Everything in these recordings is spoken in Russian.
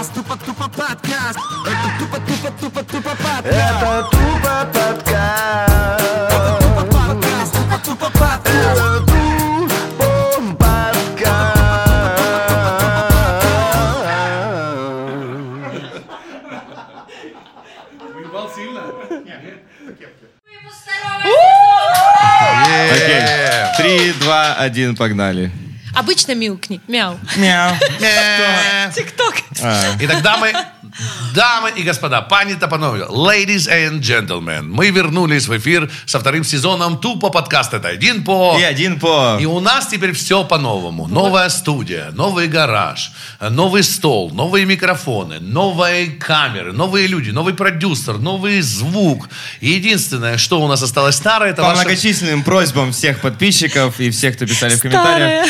подкаст, тупо подкаст. Это тупо подкаст. Это тупо подкаст. Тупо подкаст, тупо подкаст. Это тупо подкаст. Уебал сильно? Окей. 3, 2, 1, погнали. Обычно мяукни. Мяу. Мяу. Тик-ток. Итак, дамы и господа, пани та панове, ladies and gentlemen, мы вернулись в эфир со вторым сезоном Тупо подкаст. Это один по... И один по... И у нас теперь все по-новому. Новая студия, новый гараж, новый стол, новые микрофоны, новые камеры, новые люди, новый продюсер, новый звук. И единственное, что у нас осталось старое, это По ваша... многочисленным просьбам всех подписчиков и всех, кто писали в комментариях.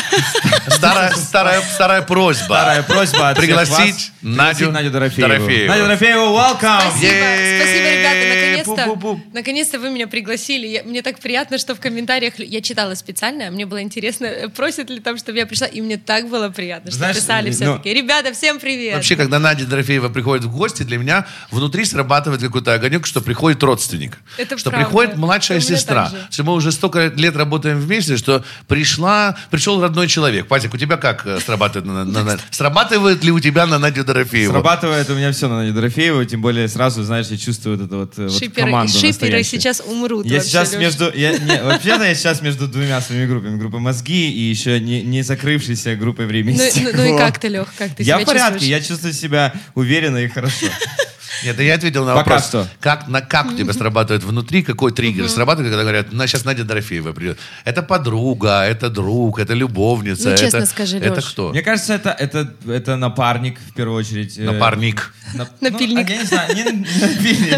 Старая просьба. Старая просьба от всех вас Пригласить Надю Дорофееву. Надя Дорофеева, welcome! Спасибо, ребята, Пу-пу-пу. наконец-то вы меня пригласили. Мне так приятно, что в комментариях я читала специально, мне было интересно, просят ли там, чтобы я пришла, и мне так было приятно, что Знаешь, писали все-таки. Ребята, всем привет! Вообще, когда Надя Дорофеева приходит в гости, для меня внутри срабатывает какой-то огонек, что приходит родственник. Это что правда. приходит младшая У меня сестра. так же. Что мы уже столько лет работаем вместе, что пришел родной человек. Патик, у тебя как срабатывает? Срабатывает ли у тебя на Надю Дорофееву? Срабатывает у меня все на Надю Дорофееву, тем более сразу, знаешь, я чувствую вот эту вот команду Шиперы настоящую. сейчас умрут. Я вообще, сейчас Лёш. вообще-то я сейчас между двумя своими группами. Группой «Мозги» и еще не закрывшейся группой «Время и стекло». Ну и как ты, Лех, как ты Я себя в порядке, чувствуешь? я чувствую себя уверенно и хорошо. Нет, я ответил на Пока вопрос. что. Как у тебя срабатывает внутри, какой триггер срабатывает, когда говорят, сейчас Надя Дорофеева придет. Это подруга, это друг, это любовница. Ну, честно это, скажи, это Лёш. кто? Мне кажется, это напарник, в первую очередь. Напарник. Напильник. Я не знаю, не напильник.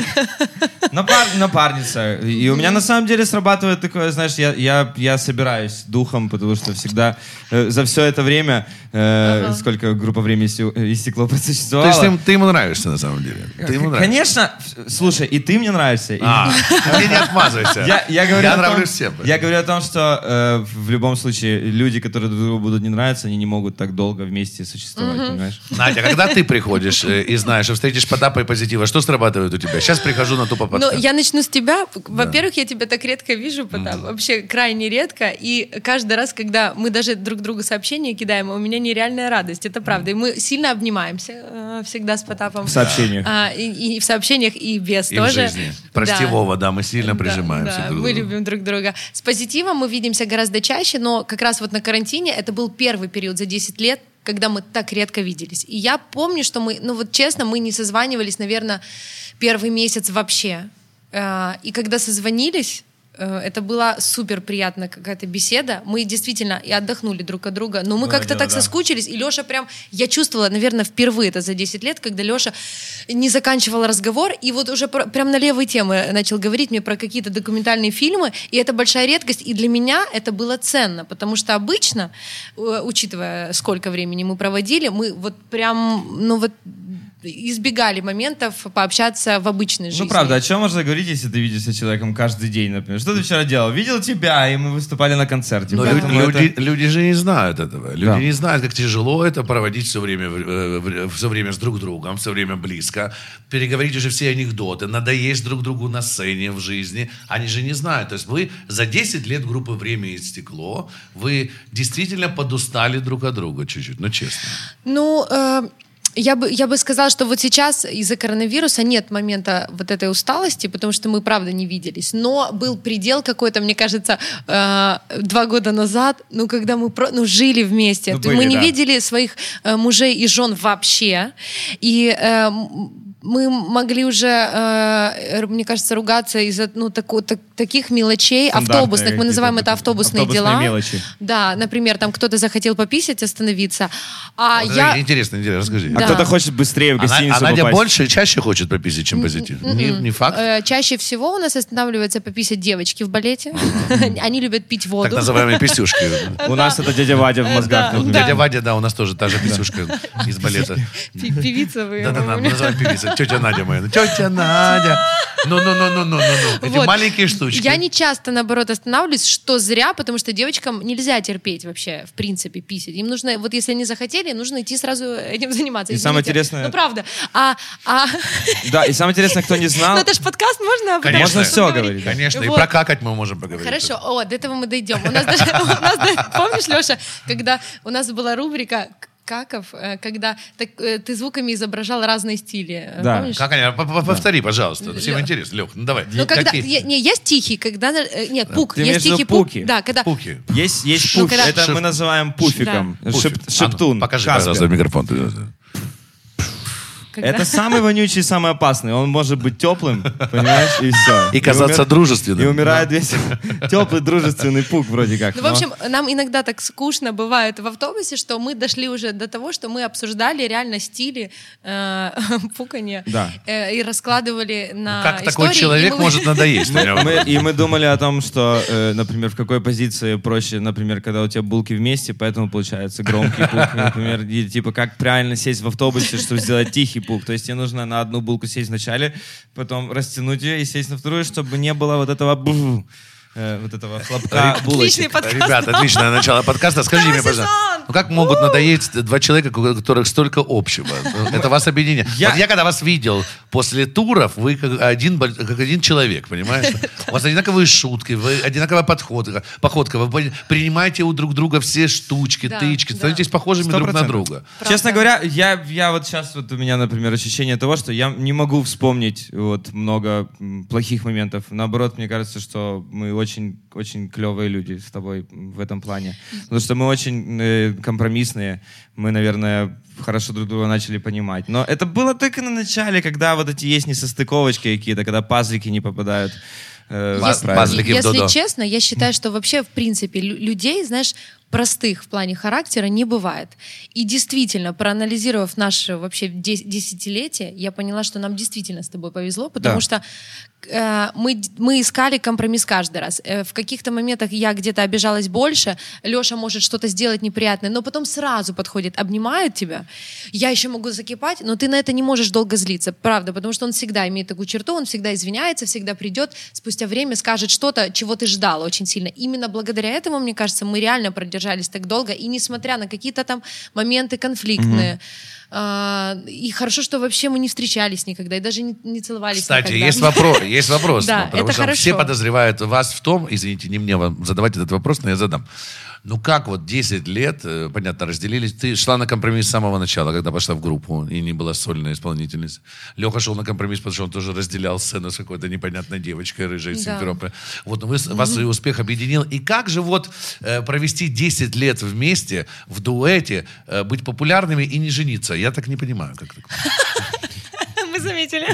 Напарница. И у меня на самом деле срабатывает такое, знаешь, я собираюсь духом, потому что всегда за все это время, сколько группа «Время и стекло» То просуществовала. есть ты ему нравишься на самом деле? Ты ему нравишься? Конечно, слушай, и ты мне нравишься. и- Ты не отмазывайся. Я говорю Я о том- нравлюсь всем. Я говорю о том, что в любом случае люди, которые друг другу будут не нравиться, они не могут так долго вместе существовать, понимаешь? Надя, когда ты приходишь и знаешь, и встретишь Потапа и Позитива, что срабатывает у тебя? Сейчас прихожу на Тупо Ну, подкаст. я начну с тебя. Во-первых, я тебя так редко вижу, Потап. Вообще крайне редко. И каждый раз, когда мы даже друг другу сообщения кидаем, у меня нереальная радость. Это правда. И мы сильно обнимаемся всегда с Потапом. В сообщениях. И в сообщениях, и без И тоже. в жизни. Прости, Да. Вова, да, мы сильно прижимаемся Да, друг к мы другу. любим друг друга. С Позитивом мы видимся гораздо чаще, но как раз вот на карантине это был первый период за 10 лет, когда мы так редко виделись. И я помню, что мы, ну вот честно, мы не созванивались, наверное, первый месяц вообще. И когда созвонились, это была супер приятная какая-то беседа. Мы действительно и отдохнули друг от друга, но мы Было как-то дело, так да. соскучились, и Леша прям... Я чувствовала, наверное, впервые это за 10 лет, когда Леша не заканчивал разговор, и вот уже прям на левые темы начал говорить мне про какие-то документальные фильмы, и это большая редкость, и для меня это было ценно, потому что обычно, учитывая, сколько времени мы проводили, мы вот прям, ну вот избегали моментов пообщаться в обычной жизни. Ну, правда, о чем можно говорить, если ты видишься с человеком каждый день, например? Что ты вчера делал? Видел тебя, и мы выступали на концерте. Но Поэтому люди же не знают этого. Люди Да. не знают, как тяжело это проводить все время с друг другом, все время близко. Переговорить уже все анекдоты, надоесть друг другу на сцене, в жизни. Они же не знают. То есть вы за 10 лет группы «Время и стекло», вы действительно подустали друг от друга чуть-чуть, ну честно. Ну, я бы сказала, что вот сейчас из-за коронавируса нет момента вот этой усталости, потому что мы, правда, не виделись. Но был предел какой-то, мне кажется, 2 года назад, ну, когда мы жили вместе. Ну, То есть мы были, не да. видели своих мужей и жен вообще. И мы могли уже, мне кажется, ругаться из-за таких мелочей Стандартные автобусных. Мы называем это автобусные автобусные дела. мелочи. Да, например, там кто-то захотел пописать, остановиться. А Вот я... это интересно, расскажи. А Да. кто-то хочет быстрее в гостиницу А Надя попасть. больше, чаще хочет пописать, чем Позитив? Не факт? Чаще всего у нас останавливаются пописать девочки в балете. Они любят пить Так воду. называемые писюшки. У нас это дядя Вадя в мозгах. Да, например. да. Дядя Вадя, да, у нас тоже та же писюшка из балета. Певица вы. Да-да-да, мы называем певицей. Тетя Надя моя. Тетя Надя. Ну. Эти Вот. маленькие штучки. Я не часто, наоборот, останавливаюсь, что зря, потому что девочкам нельзя терпеть вообще, в принципе, писать. Им нужно, вот если они захотели, нужно идти сразу этим заниматься. И самое интересное- Ну, правда. Да, и самое интересное, кто не знал, Ну, это ж подкаст, можно об этом Конечно. можно все говорить. да. Конечно, и Вот. прокакать мы можем поговорить. Хорошо, до этого мы дойдем. У нас даже, помнишь, Леша, когда у нас была рубрика Каков, когда ты звуками изображал разные стили. Да. Помнишь? Как они? Повтори, пожалуйста. Всем Лё. интересно. Лех, ну давай. Ну, когда... Какие? есть тихий, когда... Нет, пук. Ты Есть имеешь в виду тихий пук. пуки? Да, когда... Пуки. Есть Ну, пуф, когда- это мы называем пуфиком. Да. Шептун. А ну, покажи, Каспер. пожалуйста, микрофон. когда- Это самый вонючий, самый опасный. Он может быть теплым, понимаешь, и все. И казаться дружественным. И умирает весь теплый, дружественный пук вроде как. Ну, в но- общем, нам иногда так скучно бывает в автобусе, что мы дошли уже до того, что мы обсуждали реально стили пуканья Да. и раскладывали на Как такой истории, человек и мы- может надоесть? Мы думали о том, что, например, в какой позиции проще, например, когда у тебя булки вместе, поэтому получается громкий пук, например, и, типа как правильно сесть в автобусе, чтобы сделать тихий пук. То есть тебе нужно на одну булку сесть вначале, потом растянуть ее и сесть на вторую, чтобы не было вот этого вот этого хлопка Отличный булочек. подкаст. Ребята, отличное начало подкаста. Скажи мне, Второй пожалуйста, сезон! ну как могут надоесть два человека, у которых столько общего? Это вас объединяет. Я- Вот я когда вас видел после туров, вы как один человек, понимаешь? У вас одинаковые шутки, вы одинаковая походка, вы принимаете у друг друга все штучки, Да, тычки, да. становитесь похожими друг на 100%. друга. Честно говоря, я вот сейчас вот у меня, например, ощущение того, что я не могу вспомнить вот много плохих моментов. Наоборот, мне кажется, что мы очень клевые люди с тобой в этом плане. Потому что мы очень компромиссные. Мы, наверное, хорошо друг друга начали понимать. Но это было только на начале, когда вот эти есть несостыковочки какие-то, когда пазлики не попадают. Пазлики в Если додо. честно, я считаю, что вообще, в принципе, людей, знаешь, простых в плане характера не бывает. И действительно, проанализировав наше вообще десятилетие, я поняла, что нам действительно с тобой повезло, потому Да. что мы искали компромисс каждый раз. В каких-то моментах я где-то обижалась больше, Леша может что-то сделать неприятное, но потом сразу подходит, обнимает тебя. Я еще могу закипать, но ты на это не можешь долго злиться, правда, потому что он всегда имеет такую черту, он всегда извиняется, всегда придет, спустя время скажет что-то, чего ты ждала очень сильно. Именно благодаря этому, мне кажется, мы реально продержались так долго, и несмотря на какие-то там моменты конфликтные, и хорошо, что вообще мы не встречались никогда, и даже не целовались Кстати, никогда. есть вопрос. Да, потому это что хорошо. все подозревают вас в том, извините, не мне вам задавать этот вопрос, но я задам. Ну как вот 10 лет, понятно, разделились, ты шла на компромисс с самого начала, когда пошла в группу, и не была сольной исполнительницей. Леха шел на компромисс, потому что он тоже разделял сцену с какой-то непонятной девочкой, рыжей из Да. Симферополя. Вот вас и успех объединил. И как же вот провести 10 лет вместе, в дуэте, быть популярными и не жениться? Я так не понимаю, как так. Мы заметили.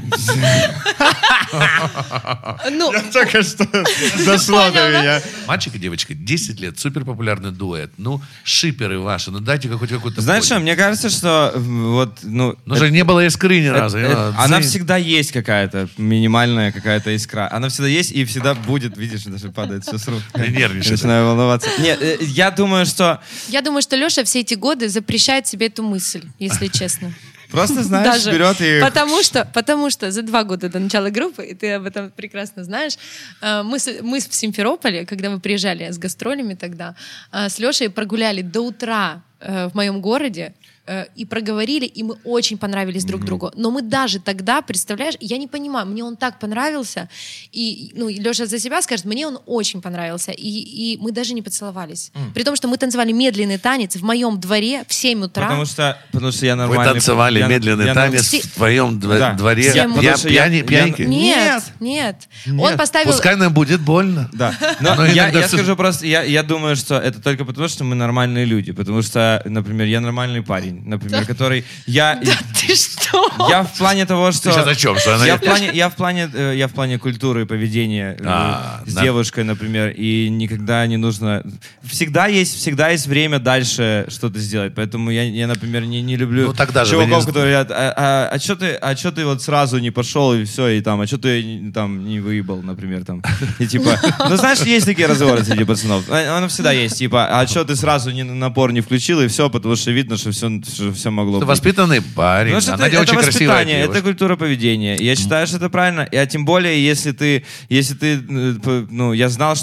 Ну, Только что дошло до Понял, да? меня. Мальчик и девочка, 10 лет, суперпопулярный дуэт. Ну, шиперы ваши, ну дайте хоть какой-то... Знаешь что, подвиг. мне кажется, что вот, ну... Ну же не было искры ни разу. Она всегда есть какая-то, минимальная какая-то искра. Она всегда есть и всегда будет. Видишь, даже падает все с рук. Я нервничаю. Я начинаю волноваться. Нет, я думаю, что я думаю, что Леша все эти годы запрещает себе эту мысль, если честно. просто, знаешь, берет и... Потому что за 2 года до начала группы, и ты об этом прекрасно знаешь, мы в Симферополе, когда мы приезжали с гастролями тогда, с Лешей прогуляли до утра в моем городе, и проговорили, и мы очень понравились друг другу. Но мы даже тогда, представляешь, я не понимаю, мне он так понравился, и ну, Леша за себя скажет, мне он очень понравился, и мы даже не поцеловались. При том, что мы танцевали медленный танец в моем дворе в 7 утра. Потому что я Вы нормальный... танцевали я- медленный я- танец в твоем Да. дворе. Я- потому что я- Пьяненький? Нет. Он поставил... Пускай нам будет больно. Да. Но Но я иногда всё- скажу просто, я думаю, что это только потому, что мы нормальные люди. Потому что, например, я нормальный парень, например, который... Да ты что? Я в плане того, что... Ты сейчас о чем? Что она- Я в плане культуры поведения с да. девушкой, например, и никогда не нужно... Всегда есть время дальше что-то сделать, поэтому я например, не люблю Ну, тогда же вы чуваков, не- которые говорят, а что ты вот сразу не пошел и все, и там, а что ты там не выебал, например, там, и типа, ну знаешь, есть такие разговоры среди пацанов, оно всегда есть, типа, а что ты сразу напор не включил и все, потому что видно, что все все могло Ты быть. воспитанный парень, Потому что Надя это очень красивая воспитание, девушка. это культура поведения. Я считаю, что это правильно. А тем более, если ты, ну, я знал,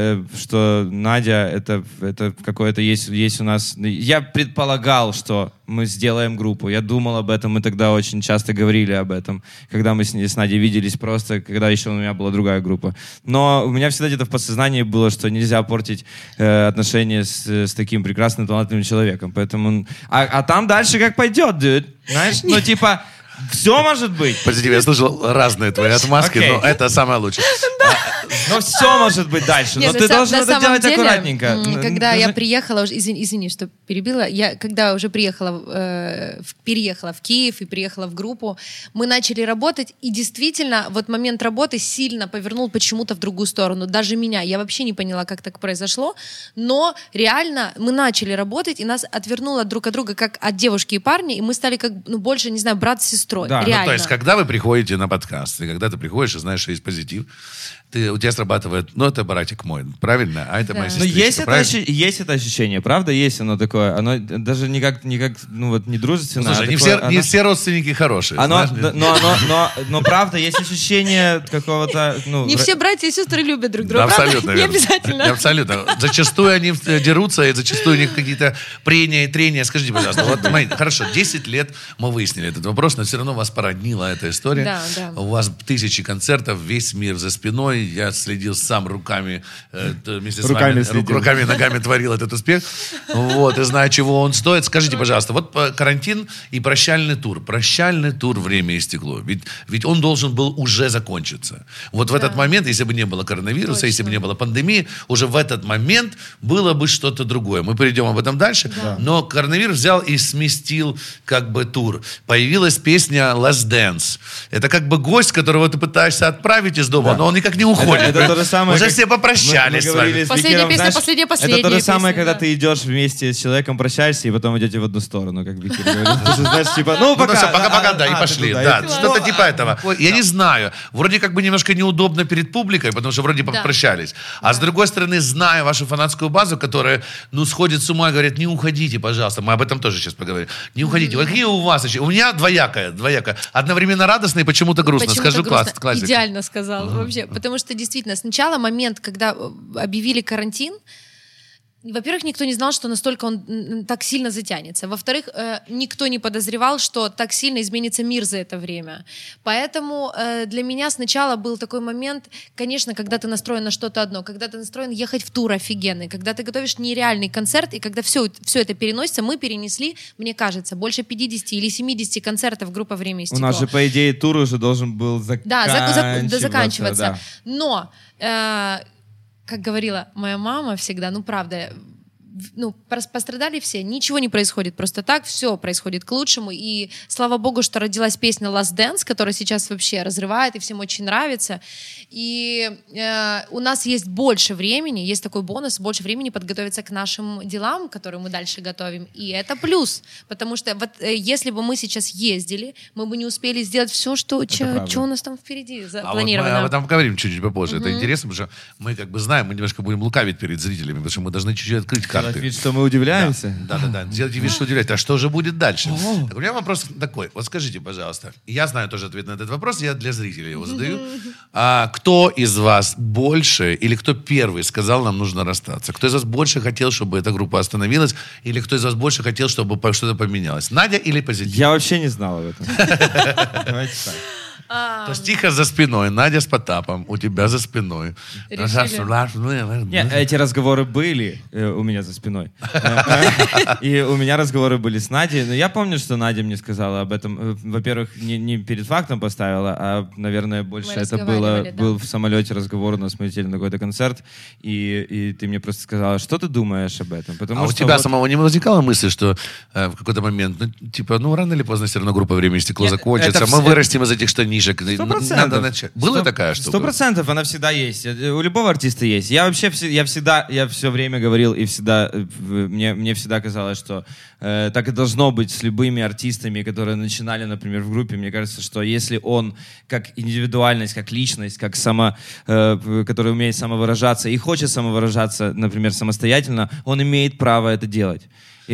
что Надя это какое-то есть у нас. Я предполагал, что мы сделаем группу. Я думал об этом, мы тогда очень часто говорили об этом, когда мы с Надей виделись просто, когда еще у меня была другая группа. Но у меня всегда где-то в подсознании было, что нельзя портить отношения с таким прекрасным, талантливым человеком. Поэтому... А там дальше как пойдет, dude. Знаешь? Ну, типа, все может быть. Подожди, я слышал разные твои отмазки, Окей. но это самое лучшее. Но все может быть дальше. Нет, Но ты должен на это самом делать деле, аккуратненько. Когда я приехала, извини, что перебила, я когда уже переехала в Киев и приехала в группу, мы начали работать, и действительно, вот момент работы сильно повернул почему-то в другую сторону. Даже меня. Я вообще не поняла, как так произошло, но реально мы начали работать, и нас отвернуло друг от друга, как от девушки и парня, и мы стали как, ну, больше, не знаю, брат с сестрой. Да, ну, реально. То есть, когда вы приходите на подкаст, и когда ты приходишь и знаешь, что есть позитив, у тебя срабатывает, ну, это братик мой, правильно? А это Да. моя Но сестричка, правильно? есть это ощущение, правда? Есть оно такое. Оно даже никак ну вот не дружественное. Слушай, а не такое, все родственники хорошие. Оно, знаешь, но правда, есть ощущение какого-то... Ну, Не все братья и сестры любят друг друга, Да, правда? абсолютно Не верно. обязательно. Абсолютно. Зачастую они дерутся, и зачастую у них какие-то прения и трения. Скажите, пожалуйста, вот, хорошо, 10 лет мы выяснили этот вопрос, но все равно вас породнила эта история. Да, да. У вас тысячи концертов, весь мир за спиной. Я следил сам руками, вместе с Руками вами, следил. руками и ногами творил этот успех. Вот, и знаю, чего он стоит. Скажите, пожалуйста, вот карантин и прощальный тур. Прощальный тур «Время и стекло». Ведь он должен был уже закончиться. Вот в этот момент, если бы не было коронавируса, Точно. если бы не было пандемии, уже в этот момент было бы что-то другое. Мы перейдем об этом дальше. Но коронавирус взял и сместил как бы тур. Появилась песня «Last Dance». Это как бы гость, которого ты пытаешься отправить из дома, но он никак не уходит. Это то же самое, Уже как все попрощались мы с говорили вами. с Последняя Бекером, песня, знаешь, последняя это то же самое, песня, когда да. ты идешь вместе с человеком, прощаешься, и потом идете в одну сторону, как Бекер говорит. Ты же знаешь, типа, ну, Ну, пока. всё, пока, да, и ты пошли. туда, Да, и ты что-то туда. типа этого. Ой, я не знаю. Вроде как бы немножко неудобно перед публикой, потому что вроде Да. попрощались. А с другой стороны, зная вашу фанатскую базу, которая, ну, сходит с ума и говорит, не уходите, пожалуйста. Мы об этом тоже сейчас поговорим. Не уходите. Вот какие у вас еще? У меня двоякое. Одновременно радостно и почему-то грустно. Почему-то Скажу грустно. классика. Идеально сказал вообще. Потому что действительно, сначала момент, когда объявили карантин, во-первых, никто не знал, что настолько он так сильно затянется. Во-вторых, никто не подозревал, что так сильно изменится мир за это время. Поэтому для меня сначала был такой момент, конечно, когда ты настроен на что-то одно, когда ты настроен ехать в тур офигенный, когда ты готовишь нереальный концерт, и когда все это переносится, мы перенесли, мне кажется, больше 50 или 70 концертов группа «Время и У стекло». нас же, по идее, тур уже должен был заканчиваться. Да. Но, как говорила моя мама всегда, ну правда, ну, пострадали все, ничего не происходит просто так, все происходит к лучшему, и слава богу, что родилась песня Last Dance, которая сейчас вообще разрывает, и всем очень нравится, и у нас есть больше времени, есть такой бонус, больше времени подготовиться к нашим делам, которые мы дальше готовим, и это плюс, потому что вот если бы мы сейчас ездили, мы бы не успели сделать все, что у нас там впереди А вот запланировано. мы об этом поговорим чуть-чуть попозже. Это интересно, потому что мы как бы знаем, мы немножко будем лукавить перед зрителями, потому что мы должны чуть-чуть открыть карты. Делать вид, что мы удивляемся. Да. Делайте вид, что удивляете. А что же будет дальше? Так, у меня вопрос такой. Вот скажите, пожалуйста. Я знаю тоже ответ на этот вопрос. Я для зрителей его задаю. Кто из вас больше или кто первый сказал, нам нужно расстаться? Кто из вас больше хотел, чтобы эта группа остановилась? Или кто из вас больше хотел, чтобы что-то поменялось? Надя или Позитив? Я вообще не знал об этом. Давайте так. То есть тихо за спиной. Надя с Потапом. У тебя за спиной. Нет, эти разговоры были у меня за спиной. И у меня разговоры были с Надей. Но я помню, что Надя мне сказала об этом. Во-первых, не перед фактом поставила, а, наверное, больше это разговаривали, да. был в самолете разговор. У нас мы летели на какой-то концерт. И ты мне просто сказала, что ты думаешь об этом? Потому А у что тебя вот- самого не возникала мысль, что в какой-то момент, рано или поздно все равно группа «Время и стекло» Нет, закончится, это мы все- вырастим из этих штанишек. 100%. Надо начать. Была такая штука? 100% она всегда есть. У любого артиста есть. Я вообще я все время говорил, и всегда мне всегда казалось, что так и должно быть с любыми артистами, которые начинали, например, в группе. Мне кажется, что если он как индивидуальность, как личность, как который умеет самовыражаться и хочет самовыражаться, например, самостоятельно, он имеет право это делать. И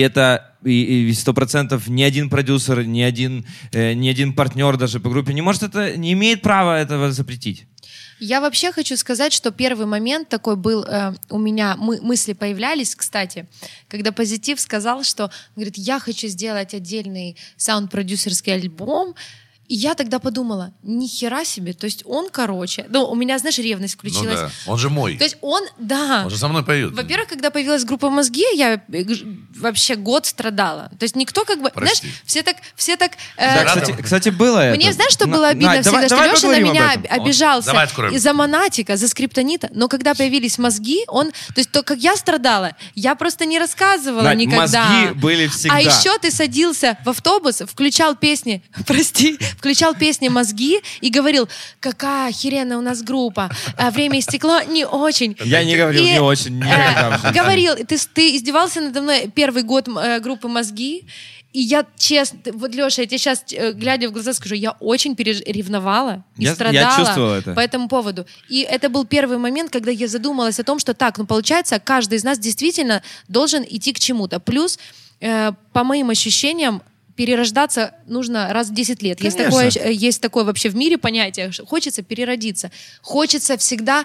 100% ни один продюсер, ни один партнер даже по группе не имеет права этого запретить. Я вообще хочу сказать, что первый момент такой был, у меня мысли появлялись, кстати, когда Позитив сказал, что, говорит, я хочу сделать отдельный саунд-продюсерский альбом. И я тогда подумала, ни хера себе, то есть он, у меня, знаешь, ревность включилась. Ну да, он же мой. То есть он же со мной поет. Во-первых, когда появилась группа «Мозги», я вообще год страдала. То есть никто как бы, Прости. знаешь, все так... Да, кстати, было это. Мне, знаешь, что было обидно всегда, что Леша на меня обижался из-за Монатика, за Скриптонита, но когда появились «Мозги», то есть то, как я страдала, я просто не рассказывала никогда. «Мозги» были всегда. А еще ты садился в автобус, включал песни «Мозги» и говорил, какая охеренная у нас группа, время истекло, не очень. Я не говорил не очень, никогда. Говорил, ты издевался надо мной первый год группы «Мозги», и я честно, вот, Леша, я тебе сейчас, глядя в глаза, скажу, я очень ревновала и страдала по этому поводу. И это был первый момент, когда я задумалась о том, что получается, каждый из нас действительно должен идти к чему-то. Плюс, по моим ощущениям, перерождаться нужно раз в 10 лет. Есть такое вообще в мире понятие. Хочется переродиться. Хочется всегда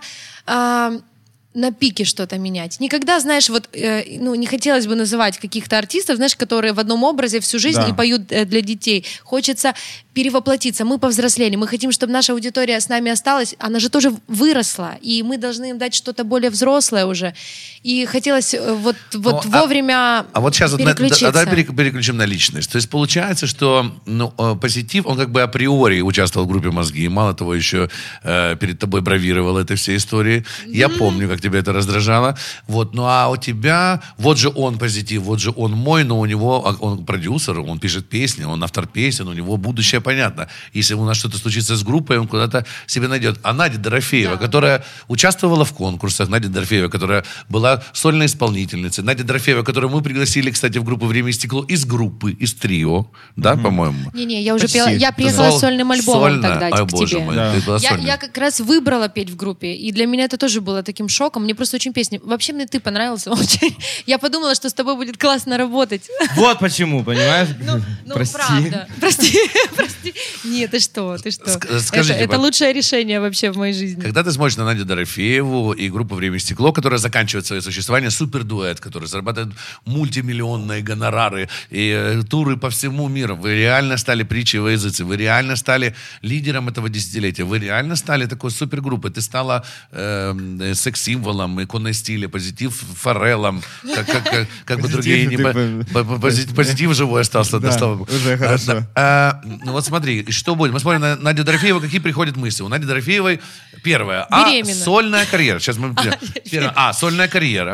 на пике что-то менять. Никогда, знаешь, не хотелось бы называть каких-то артистов, знаешь, которые в одном образе всю жизнь и поют для детей. Хочется перевоплотиться. Мы повзрослели. Мы хотим, чтобы наша аудитория с нами осталась. Она же тоже выросла. И мы должны им дать что-то более взрослое уже. И хотелось вовремя вот сейчас переключиться. Давай переключим на личность. То есть получается, что Позитив, он как бы априори участвовал в группе «Мозги». Мало того, еще перед тобой бравировал этой всей историей. Я помню, как тебя это раздражало. Ну а у тебя, вот же он Позитив, вот же он мой, но у него, он продюсер, он пишет песни, он автор песен, у него будущее понятно. Если у нас что-то случится с группой, он куда-то себе найдет. А Надя Дорофеева, которая участвовала в конкурсах, Надя Дорофеева, которая была сольной исполнительницей, Надя Дорофеева, которую мы пригласили, кстати, в группу «Время и стекло» из группы, из трио, да, по-моему? Не-не, я уже пела, я приехала с сольным альбомом тогда к тебе. Мой, я как раз выбрала петь в группе, и для меня это тоже было таким шоком. Мне просто очень песни. Вообще мне ты понравился очень. Я подумала, что с тобой будет классно работать. Вот почему, понимаешь? Прости. Правда. Прости. Нет, ты что? Скажите, это лучшее решение вообще в моей жизни. Когда ты смотришь на Надю Дорофееву и группу «Время и стекло», которая заканчивает свое существование, супердуэт, который зарабатывает мультимиллионные гонорары и туры по всему миру, вы реально стали притчей во языце, вы реально стали лидером этого десятилетия, вы реально стали такой супергруппой, ты стала секс-символом, иконой стиля, Позитив Фореллом, как бы другие Позитив живой остался. Уже хорошо. Вот смотри, что будет? Мы смотрим на Надю Дорофееву, какие приходят мысли. У Нади Дорофеевой первое. Сольная карьера. Сейчас мы... Первое. Сольная карьера.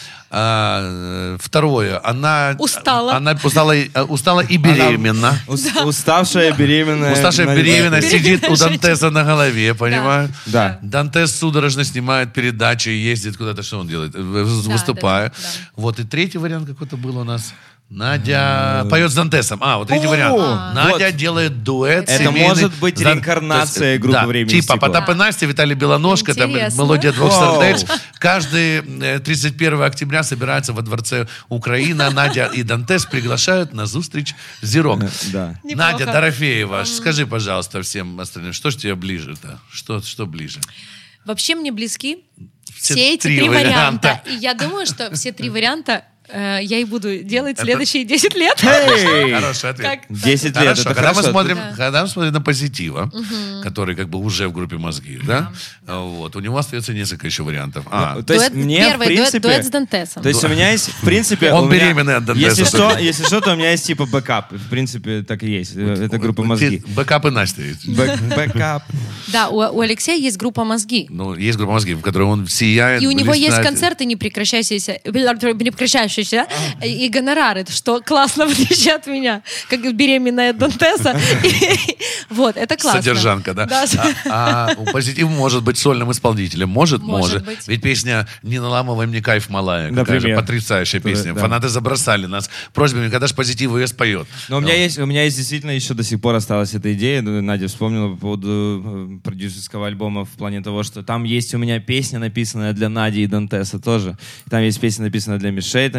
Второе, она устала и беременна. Уставшая беременная сидит у Дантеса на голове, понимаешь? Да. Дантес судорожно снимает передачи, ездит куда-то, что он делает? Выступает. Вот, и третий вариант какой-то был у нас. Надя поет с Дантесом. Вот третий вариант. Надя делает дуэт это семейный. Может быть реинкарнация группы «Время и стекло». Типа Потап и Настя, Виталий Белоножко, там мелодия двух сердец. Каждый 31 октября собирается во дворце Украины. Надя и Дантес приглашают на зустріч зірок. Надя Дорофеева, скажи, пожалуйста, всем остальным, что ж тебе ближе-то? Что ближе? Вообще мне близки все эти три варианта. И я думаю, что все три варианта я и буду делать следующие 10 лет. Хороший ответ. 10 лет, это когда хорошо. Когда мы смотрим на Позитива, который как бы уже в группе «Мозги», да? Вот, у него остается несколько еще вариантов. То есть мне, в принципе... Дуэт с Дантесом. То есть у меня есть, в принципе... Он беременный от Дантеса. Если что, то у меня есть типа бэкап. В принципе, так и есть. Это группа «Мозги». Бэкап и Настя есть. Бэкап. Да, у Алексея есть группа «Мозги». Ну, есть группа «Мозги», в которой он сияет. И у него есть концерты не прекращающиеся и гонорары, что классно, в отличие от меня, как беременная Дантеса. Вот, это классно. Содержанка, да? А у Позитива может быть сольным исполнителем. Может. Быть. Ведь песня «Не наламывай мне кайф, малая». Какая же потрясающая песня. Фанаты забросали нас просьбами, когда же Позитив ее споет. Но у меня есть действительно еще до сих пор осталась эта идея. Надя вспомнила по поводу продюсерского альбома в плане того, что там есть у меня песня, написанная для Нади и Дантеса тоже. Там есть песня, написанная для Мишель, там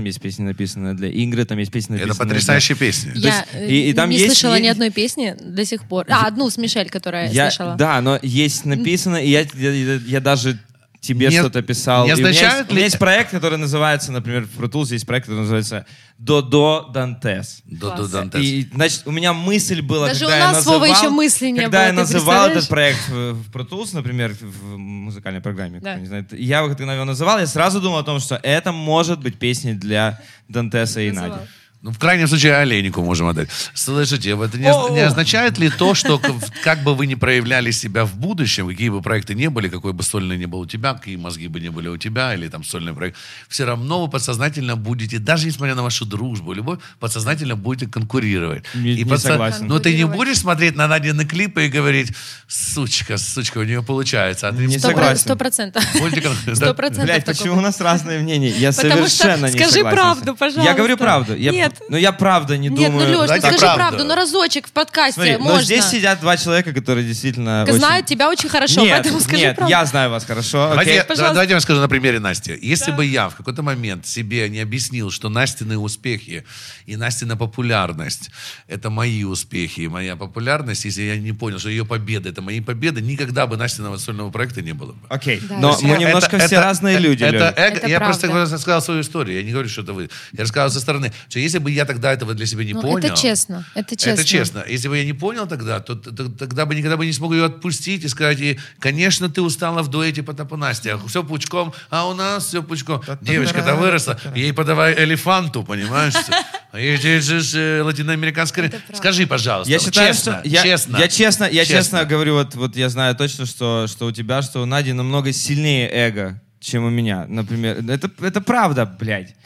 там есть песни, написанные для Ингры, там есть песни, написанные Это потрясающая песня. Я и там не есть- слышала ни есть- одной песни до сих пор. Одну с Мишель, которую я слышала. Да, но есть написано, и я даже тебе Не- что-то писал. не И у меня означает есть- у меня ли- есть проект, который называется, например, в Pro Tools есть проект, который называется Додо Дантес. До Дантес. И, значит, у меня мысль была, Даже когда у я нас, Вова, называл... еще мысли не когда было, я ты называл представляешь? этот проект в Pro Tools, например, в музыкальной программе, Да. кто не знает, я когда его называл, я сразу думал о том, что это может быть песней для Дантеса и Называл. Нади. Ну, в крайнем случае, Олейнику можем отдать. Слышите, это не означает ли то, что как бы вы ни проявляли себя в будущем, какие бы проекты ни были, какой бы сольный ни был у тебя, какие мозги бы ни были у тебя, или там сольный проект, все равно вы подсознательно будете, даже несмотря на вашу дружбу, любовь, подсознательно будете конкурировать. Не согласен. Но ты не будешь смотреть на Надины клипы и говорить, сучка, у нее получается. А ты Не 100%. согласен. 100%. Будете конкурировать. 100% Блять, такого. почему у нас разные мнения? Я Потому что совершенно не скажи согласен. правду, пожалуйста. Я говорю правду. Нет. Но я правда не Нет, думаю... ну, Леш, Дайте скажи правду. правду, ну разочек в подкасте Смотри, можно. но здесь сидят два человека, которые действительно очень... Знают тебя очень хорошо, Нет, поэтому скажи нет, правду. я знаю вас хорошо. Давайте, окей? Пожалуйста. давайте я вам скажу на примере Насти. Если бы я в какой-то момент себе не объяснил, что Настины успехи и Настина популярность — это мои успехи и моя популярность, если я не понял, что ее победа — это мои победы, никогда бы Настиного сольного проекта не было бы. Окей, Да, но это- мы немножко все разные люди, Это Лёля. эго. Это Я правда. просто рассказал свою историю. Я не говорю, что это вы. Я рассказал со стороны, что если бы я тогда этого для себя не Ну, понял... это честно, это честно. Это честно. Если бы я не понял тогда, то тогда бы никогда бы не смог ее отпустить и сказать ей, конечно, ты устала в дуэте Потапа Настя. Все пучком, а у нас все пучком. Девочка-то выросла, ей подавай элефанту, понимаешь? А ей же латиноамериканская... Скажи, пожалуйста, Я считаю, честно, что честно. я честно говорю, вот я знаю точно, что у тебя, что у Нади намного сильнее эго, чем у меня, например. Это правда, блядь.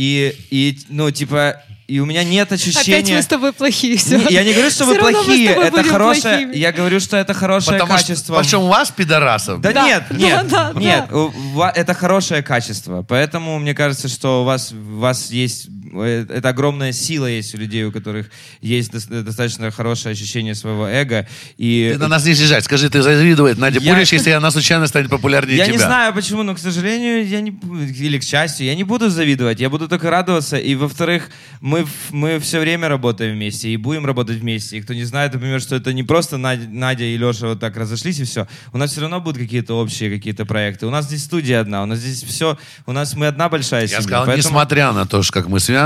И ну, типа, и у меня нет ощущения... Опять мы с тобой плохие, все. Я не говорю, что вы Всё равно мы с плохие, тобой это будем хорошее... плохими. Я говорю, что это хорошее Потому качество. что, причем у вас, пидорасов, Да, Да, нет, да, нет, да, нет. да. Это хорошее качество. Поэтому мне кажется, что у вас есть... Это огромная сила есть у людей, у которых есть достаточно хорошее ощущение своего эго. И ты на нас не съезжай. Скажи, ты завидует Надя Я- будешь, если она случайно станет популярнее я тебя? не знаю почему, но, к сожалению, или к счастью, я не буду завидовать, я буду только радоваться. И, во-вторых, мы все время работаем вместе и будем работать вместе. И кто не знает, например, что это не просто Надя и Леша вот так разошлись и все. У нас все равно будут какие-то общие какие-то проекты. У нас здесь студия одна, у нас здесь все, мы одна большая семья. Я сказал, Поэтому несмотря на то, как мы связаны.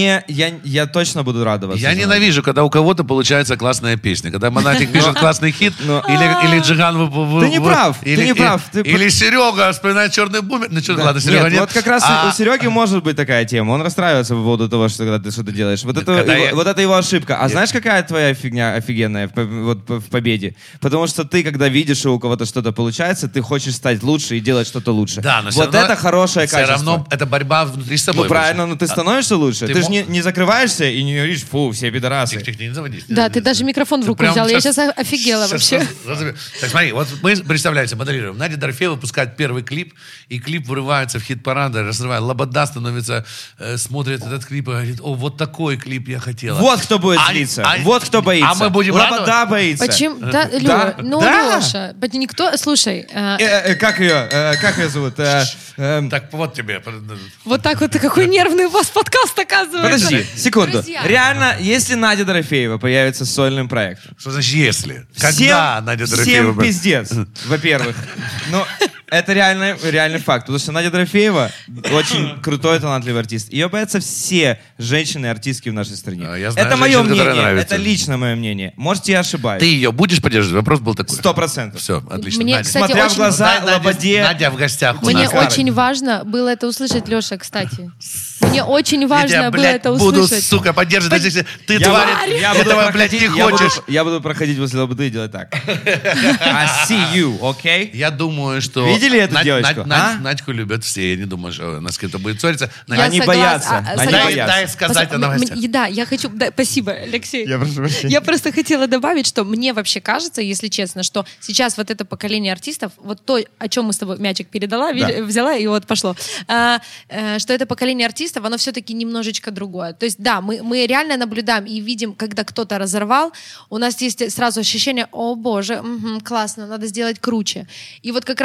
я точно буду радоваться. Я за ненавижу, когда у кого-то получается классная песня. Когда Монатик пишет классный хит, или Джиган... Ты не прав, ты не прав. Или Серега вспоминает «Черный бумер». Ну, что, Да. ладно, Серега Нет, нет. вот как раз у Сереги может быть такая тема. Он расстраивается по поводу того, что когда ты что-то делаешь. Вот это его ошибка. А знаешь, какая твоя фигня офигенная в победе? Потому что ты, когда видишь, что у кого-то что-то получается, ты хочешь стать лучше и делать что-то лучше. Да, но всё вот равно- это хорошее Все качество. равно это борьба внутри с собой. Ну правильно, но ты становишься лучше. Ты Ты же мо- не закрываешься и не говоришь, фу, все пидорасы. Тихо, не заводись. Да, ты даже микрофон в руку взял. Я сейчас офигела вообще. Так смотри, вот мы, представляете, моделируем. Надя Дорофеева выпускает первый клип, и клип вырывается в хит-парады, разрывает. Лобода становится, смотрит этот клип и говорит, о, вот такой клип я хотела. Вот кто будет Они- злиться. они- Вот кто боится. А мы будем Лобода боится. Почему? Да, Да, Лёва, ну, да. Леша, никто... Слушай, Как ее зовут? Так, вот тебе. вот так вот, какой нервный у вас подкаст оказывается. Подожди, секунду. Друзья. Реально, если Надя Дорофеева появится с сольным проектом, Что значит если? Когда всем, Надя Дорофеева... всем пиздец, во-первых. Ну, это реальный факт. Потому что Надя Дорофеева очень крутой, талантливый артист. Ее боятся все женщины-артистки в нашей стране. Я знаю Это мое женщин, которые мнение. нравятся. Это лично мое мнение. Можете, я ошибаюсь. Ты ее будешь поддерживать? Вопрос был такой. 100%. Все, отлично. Мне, Надя. кстати, Смотря в очень- глаза Надя- Лободе... Надя в гостях у Мне нас. очень важно было это услышать, Леша, кстати. Мне очень Я важно тебя, было блядь, это буду, услышать. сука, поддерживать. даже если ты, Я тварь, буду- я буду этого, блядь, не проходить- я буду- хочешь. Я буду проходить возле Лободы и делать так. I see you, окей? Я думаю, что... Видели эту девочку, а? Надьку любят все. Я не думаю, что она с кем-то будет ссориться. Я Они согласна. боятся, они согласна. боятся. Дай сказать о новостях. Да, я хочу... спасибо, Алексей. Я прошу прощения. Я просто хотела добавить, что мне вообще кажется, если честно, что сейчас вот это поколение артистов, вот то, о чем мы с тобой мячик передала, взяла и вот пошло, что это поколение артистов, оно все-таки немножечко другое. То есть да, мы реально наблюдаем и видим, когда кто-то разорвал, у нас есть сразу ощущение, о боже, классно, надо сделать круче. И вот как раз Да почти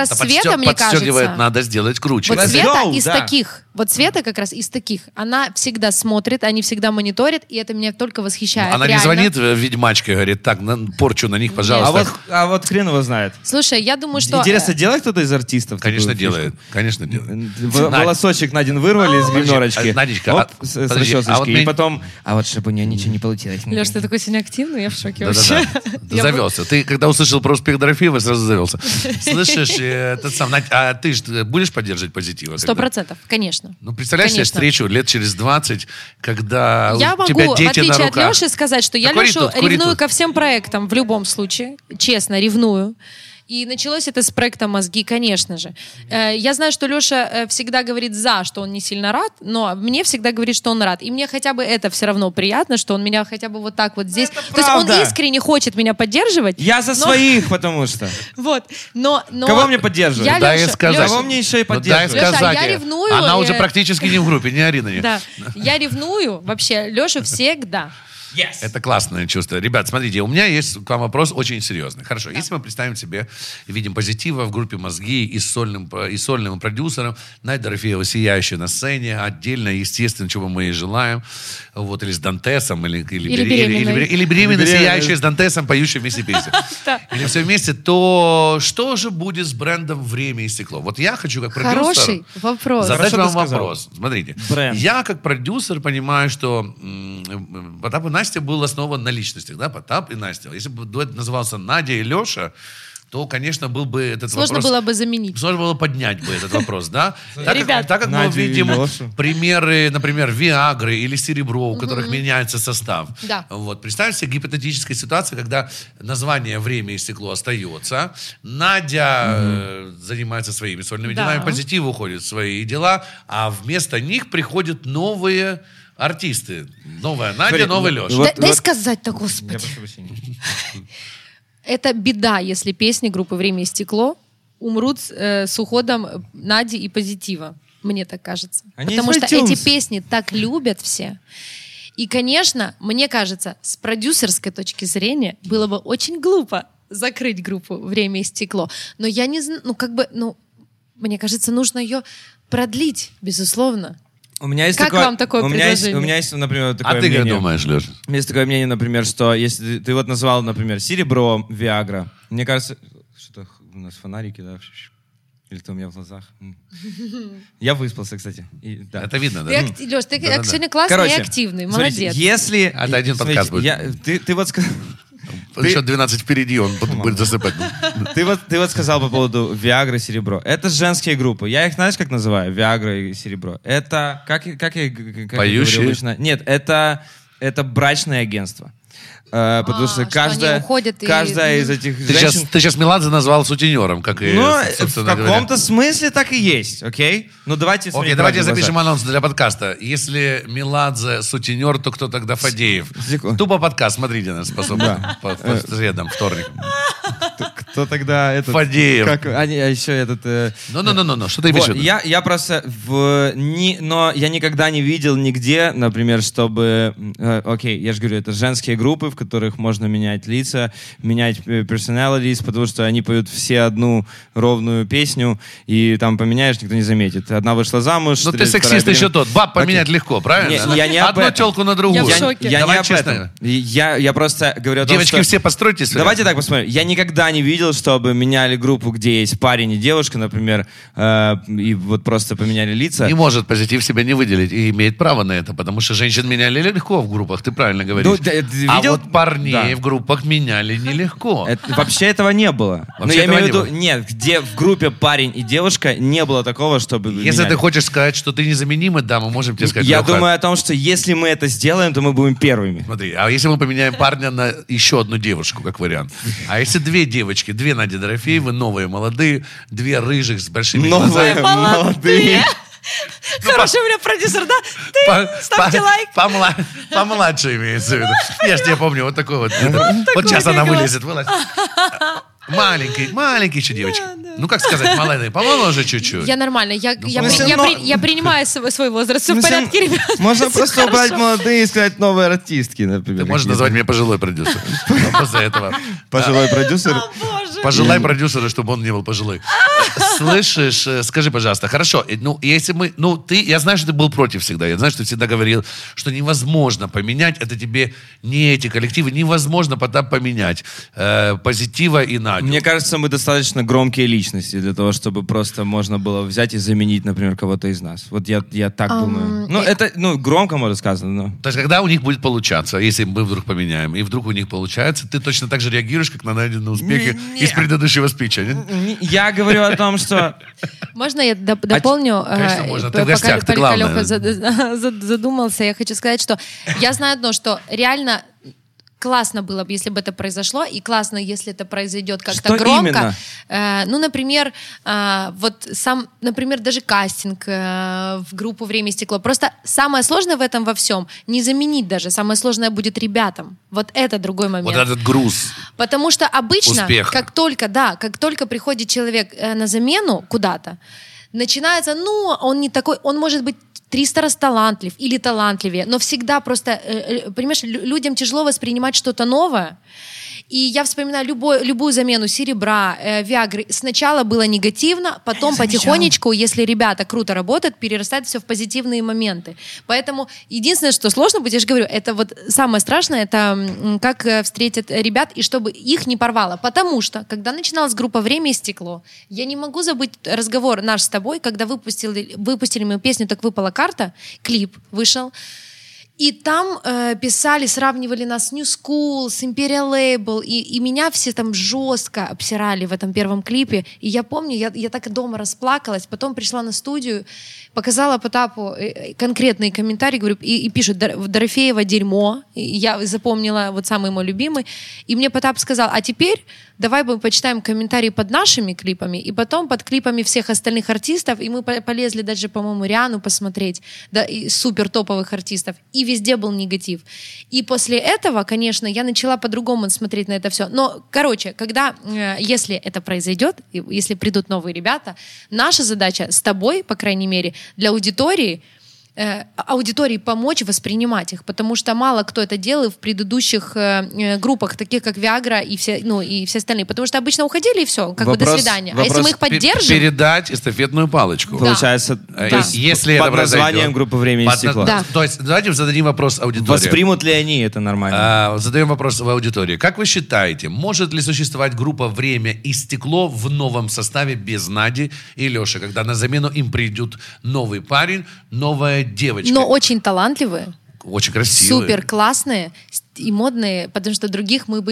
Света, мне подстегивает, кажется... надо сделать круче. Вот Let's Света go, из да. таких, вот Света как раз из таких, она всегда смотрит, они всегда мониторят, и это меня только восхищает. Она не реально. звонит ведьмачке, говорит, так, порчу на них, пожалуйста. А вот хрен его знает. Слушай, я думаю, что... Интересно, делает кто-то из артистов? Конечно, такую делает. Конечно, делает. фишку? Надь. Волосочек Надин вырвали из гримерочки. Надечка, Оп, а- с подожди, расчесочки. а вот И мне- потом, а вот чтобы у нее ничего не получилось. Леш, ты такой сегодня активный, я в шоке Да-да-да. вообще. Ты завелся. Ты, когда услышал про успех Дорофеева, сразу завелся. Слышишь, Надь, а ты же будешь поддерживать позитива? 100%, конечно. Ну, представляешь себе Конечно. встречу лет через 20, когда Я у тебя могу, в дети на отличие от руках. Леши, сказать, что я Да кури Лешу тут, кури ревную тут. ко всем проектам в любом случае. Честно, ревную. И началось это с проекта «Мозги», конечно же. Я знаю, что Леша всегда говорит «за», что он не сильно рад, но мне всегда говорит, что он рад. И мне хотя бы это все равно приятно, что он меня хотя бы вот так вот здесь... Это То есть он правда. искренне хочет меня поддерживать. Я за но- своих, потому что. Вот. Но... Кого мне поддерживать? Я Дай Леша- сказать. Леша- Кого мне еще и Ну, дай поддерживать? Леша, сказать. я ревную, Она уже я- практически не в группе, не ори на нее. Да. Я ревную вообще Лешу всегда. Это классное чувство. Ребят, смотрите, у меня есть к вам вопрос очень серьезный. Хорошо, если мы представим себе, видим позитива в группе «Мозги» и с сольным продюсером, Надя Дорофеева сияющая на сцене, отдельно, естественно, чего мы ей желаем, вот, или с Дантесом, или беременной. или беременной, сияющей с Дантесом, поющей вместе песню. Или все вместе, то что же будет с брендом «Время и стекло»? Вот я хочу, как продюсер... Хороший вопрос. Задать Хорошо вам ты сказал. вопрос. Смотрите, Бренд. я как продюсер понимаю, что Потап и Настя был основан на личностях, да, Потап и Настя. Если бы дуэт назывался Надя и Леша, то, конечно, был бы этот Сложно вопрос... было бы заменить. Сложно было поднять бы этот вопрос, да? Ребят. Так как мы Надю и видим Лешу. примеры, например, Виагры или Серебро, у которых меняется состав. Да. Вот. Представьте себе гипотетическую ситуацию, когда название «Время и стекло» остается, Надя занимается своими сольными Да. делами, Позитив уходит в свои дела, а вместо них приходят новые артисты. Новая Надя, Смотри, новый ну, Леша. вот- Дай сказать-то, Господи. Я прошу прощения. Это беда, если песни группы «Время и стекло» умрут с уходом Нади и Позитива. Мне так кажется. Они Потому из что iTunes. эти песни так любят все. И, конечно, мне кажется, с продюсерской точки зрения было бы очень глупо закрыть группу «Время и стекло». Но я не знаю, мне кажется, нужно ее продлить, безусловно. У меня есть Как такое, вам такое у меня есть, предложение? у меня есть, например, такое А ты как мнение. думаешь, Леша? У меня есть такое мнение, например, что если ты вот назвал, например, Серебро, Виагра, мне кажется, что-то у нас фонарики, да? Или это у меня в глазах? Я выспался, кстати. Да. Это видно, да? Леш, ты Да-да-да. сегодня классный Короче, и активный, смотрите, молодец. если... Это один подкаст будет. Ты вот сказал... Еще 12 впереди, он будет засыпать. Ты вот сказал по поводу Виагры, Серебро. Это женские группы. Я их, знаешь, как называю? Виагра и Серебро. Это... Как я говорю Поющие? обычно? Нет, это брачное агентство. Потому что что они уходят и- каждая из этих Ты женщин... сейчас Меладзе назвал сутенером, как и, Ну, в собственно говоря. каком-то смысле так и есть, окей? Ну, давайте... Окей, смотреть давайте правде в запишем глаза. анонс для подкаста. Если Меладзе сутенер, то кто тогда Фадеев? Секунду. Тупо подкаст, смотрите нас по средам, вторник. Кто тогда этот... Фадеев. А еще этот... Ну, что ты имеешь в Вот, виду? я просто но я никогда не видел нигде, например, чтобы, окей, я же говорю, это женские группы, в которых можно менять лица, менять personalities, потому что они поют все одну ровную песню, и там поменяешь, никто не заметит. Одна вышла замуж. Ну, ты вторая сексист еще беременна. тот. Баб поменять Окей. легко, правильно? Не, я не об Одну этом. телку на другую. Я в шоке. Я Давай не об честно. этом. Я просто говорю о том, Девочки, что... все постройтесь. Давайте так посмотрим. Я никогда не видел, чтобы меняли группу, где есть парень и девушка, например, и вот просто поменяли лица. Не может позитив себя не выделить и имеет право на это, потому что женщин меняли легко в группах, ты правильно говоришь. Ну, ты А видел? вот парней Да. в группах меняли нелегко. Вообще этого не было. Но Вообще я этого имею в не виду, было. нет, где в группе парень и девушка не было такого, чтобы Если меняли. ты хочешь сказать, что ты незаменимый, да, мы можем тебе сказать. Я Леха, думаю о том, что если мы это сделаем, то мы будем первыми. Смотри, а если мы поменяем парня на еще одну девушку, как вариант? А если две девочки, две Нади Дорофеевы, новые, молодые, две рыжих с большими Новые, глазами. молодые. Хороший у меня продюсер, да? По- Ставьте по- лайк. Помладше имеется в виду. Я же тебя помню, вот такой вот. Вот сейчас она вылезет, вылазит. Маленький еще девочки. Ну, как сказать, молодые, помоложе чуть-чуть. Я нормально, я смысле, но- принимаю свой возраст, все в Ну, порядке, ребят. Можно Всё просто хорошо. убрать молодые и сказать новые артистки, например. Ты можешь назвать меня пожилой продюсер. Но после этого. Пожилой продюсер. О, боже. Пожелай продюсеру, чтобы он не был пожилой. Слышишь, скажи, пожалуйста, хорошо, ну, если мы, ну, я знаю, что ты был против всегда, я знаю, что ты всегда говорил, что невозможно поменять, это тебе не эти коллективы, невозможно потом поменять Позитива и Надю. Мне кажется, мы достаточно громкие личности для того, чтобы просто можно было взять и заменить, например, кого-то из нас. Вот я так думаю. Ну, это, громко, можно сказать, но... То есть, когда у них будет получаться, если мы вдруг поменяем, и вдруг у них получается, ты точно так же реагируешь, как на найденные успехи из предыдущего спича. Я говорю о том, что... Можно я дополню? Конечно, можно. Ты в гостях, ты главное. Леха задумался, я хочу сказать, что я знаю одно, что реально классно было бы, если бы это произошло, и классно, если это произойдет как-то что громко. Именно? Например, например, даже кастинг в группу «Время и стекло». Просто самое сложное в этом во всем не заменить даже. Самое сложное будет ребятам. Вот это другой момент. Вот этот груз. Потому что обычно, успеха. как только приходит человек на замену куда-то, начинается, он не такой, он может быть 300 раз талантлив или талантливее, но всегда просто, понимаешь, людям тяжело воспринимать что-то новое. И я вспоминаю любую замену серебра, Виагры. Сначала было негативно, потом потихонечку, если ребята круто работают, перерастает все в позитивные моменты. Поэтому единственное, что сложно будет, я же говорю, это вот самое страшное, это как встретят ребят, и чтобы их не порвало. Потому что, когда начиналась группа «Время и стекло», я не могу забыть разговор наш с тобой, когда выпустили мы песню «Так выпала карта», клип вышел. И там писали, сравнивали нас с New School, с Imperial Label, и меня все там жестко обсирали в этом первом клипе. И я помню, я так дома расплакалась, потом пришла на студию, показала Потапу конкретные комментарии, говорю, и пишут: «Дорофеева дерьмо». И я запомнила вот самый мой любимый. И мне Потап сказал: а теперь давай мы почитаем комментарии под нашими клипами, и потом под клипами всех остальных артистов. И мы полезли даже, по-моему, Риану посмотреть, да, и супер топовых артистов. И везде был негатив. И после этого, конечно, я начала по-другому смотреть на это все. Но, короче, если это произойдет, если придут новые ребята, наша задача с тобой, по крайней мере, для аудитории помочь воспринимать их, потому что мало кто это делал в предыдущих группах, таких как Viagra и все остальные, потому что обычно уходили и все, до свидания. А если мы их поддержим... Передать эстафетную палочку. Да. Получается, если под это названием группы «Время и стекло». Да. То есть давайте зададим вопрос аудитории. Воспримут ли они это нормально? Задаем вопрос в аудитории. Как вы считаете, может ли существовать группа «Время и стекло» в новом составе без Нади и Леши, когда на замену им придет новый парень, новая девочка? Но очень талантливые. Очень красивые. Супер классные и модные, потому что других мы бы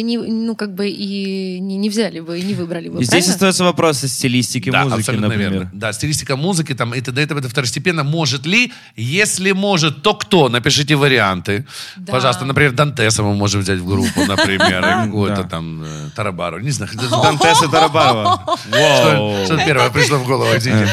не взяли бы и не выбрали бы. И здесь остается вопрос о стилистике музыки, абсолютно например. верно. Да, стилистика музыки, там, это второстепенно. Может ли? Если может, то кто? Напишите варианты. Да. Пожалуйста, например, Дантеса мы можем взять в группу, например, какую-то там Тарабару. Не знаю. Дантеса Тарабарова. Что первое пришло в голову, извините.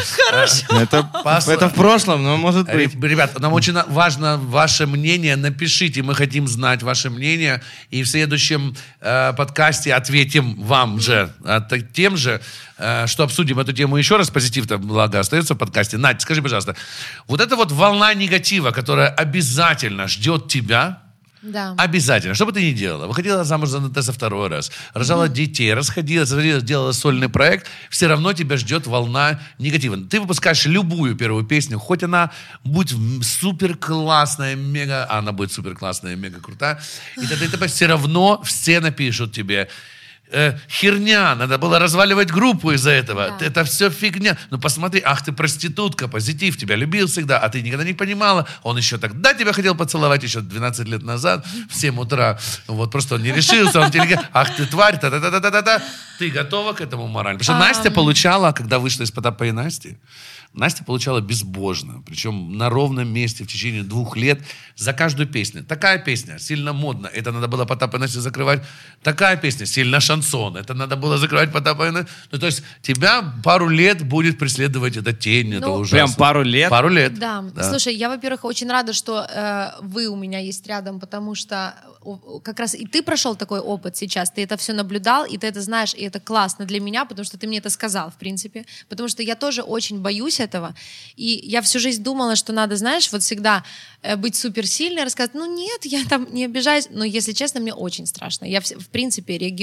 Это в прошлом, но может быть. Ребят, нам очень важно ваше мнение. Напишите, мы хотим знать ваше мнение. И в следующем подкасте ответим вам же, тем же, что обсудим эту тему еще раз. Позитив-то, благо, остается в подкасте. Надь, скажи, пожалуйста, вот эта вот волна негатива, которая обязательно ждет тебя, Да. обязательно, что бы ты ни делала, выходила замуж за Дантеса второй раз, рожала детей, расходилась, делала сольный проект, все равно тебя ждет волна негатива. Ты выпускаешь любую первую песню, хоть она будет супер классная, мега, она будет супер классная, мега крутая, и тогда все равно все напишут тебе: херня, надо было разваливать группу из-за этого. Да. Это все фигня. Ну посмотри, ах ты проститутка, Позитив, тебя любил всегда, а ты никогда не понимала. Он еще тогда тебя хотел поцеловать, еще 12 лет назад, в 7 утра. Вот просто он не решился, он тебе... Ах ты тварь, та-та-та-та-та-та. Ты готова к этому морально? Потому что Настя получала, когда вышла из Потапа и Насти, Настя получала безбожно, причем на ровном месте в течение 2 лет за каждую песню. Такая песня, сильно модно, это надо было Потапа и Настю закрывать. Такая песня, сильно шансон, это надо было закрывать Потапа и Настю. Ну, то есть тебя пару лет будет преследовать эта тень, это ужасно. Прям пару лет? Пару лет. Да. Слушай, я, во-первых, очень рада, что вы у меня есть рядом, потому что как раз и ты прошел такой опыт сейчас, ты это все наблюдал, и ты это знаешь, и это классно для меня, потому что ты мне это сказал, в принципе, потому что я тоже очень боюсь этого, и я всю жизнь думала, что надо, знаешь, вот всегда быть суперсильной, рассказать, ну нет, я там не обижаюсь, но, если честно, мне очень страшно. Я, в принципе, реагирую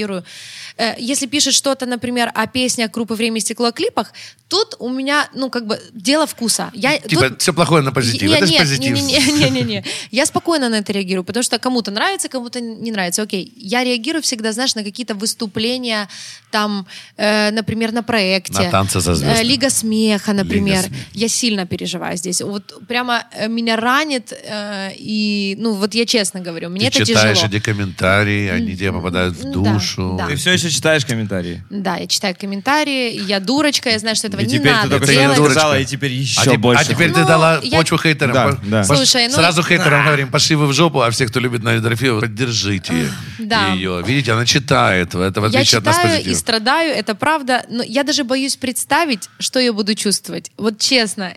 если пишет что-то, например, о песнях группы «Время и стекло», о клипах, тут у меня, дело вкуса. Типа все плохое на позитив. Это же позитив. Не. Я спокойно на это реагирую, потому что кому-то нравится, кому-то не нравится. Окей, я реагирую всегда, знаешь, на какие-то выступления, там, например, на проекте. На танцы за звезды. Лига смеха, например. Лига смеха. Я сильно переживаю здесь. Вот прямо меня ранит, и, вот я честно говорю, мне это тяжело. Ты читаешь эти комментарии, они тебе попадают в душу. Да. Ты все еще читаешь комментарии? Да, я читаю комментарии, я дурочка, я знаю, что этого И не теперь надо ты только делать. что сказала, и теперь еще больше. А теперь ты дала почву хейтерам. Да. Слушай, Сразу хейтерам говорим, пошли вы в жопу, а все, кто любит Надю Дорофееву, поддержите Да. ее. Видите, она читает. Это в Я отличие от нас читаю позитив. и страдаю, это правда, но я даже боюсь представить, что я буду чувствовать. Вот честно,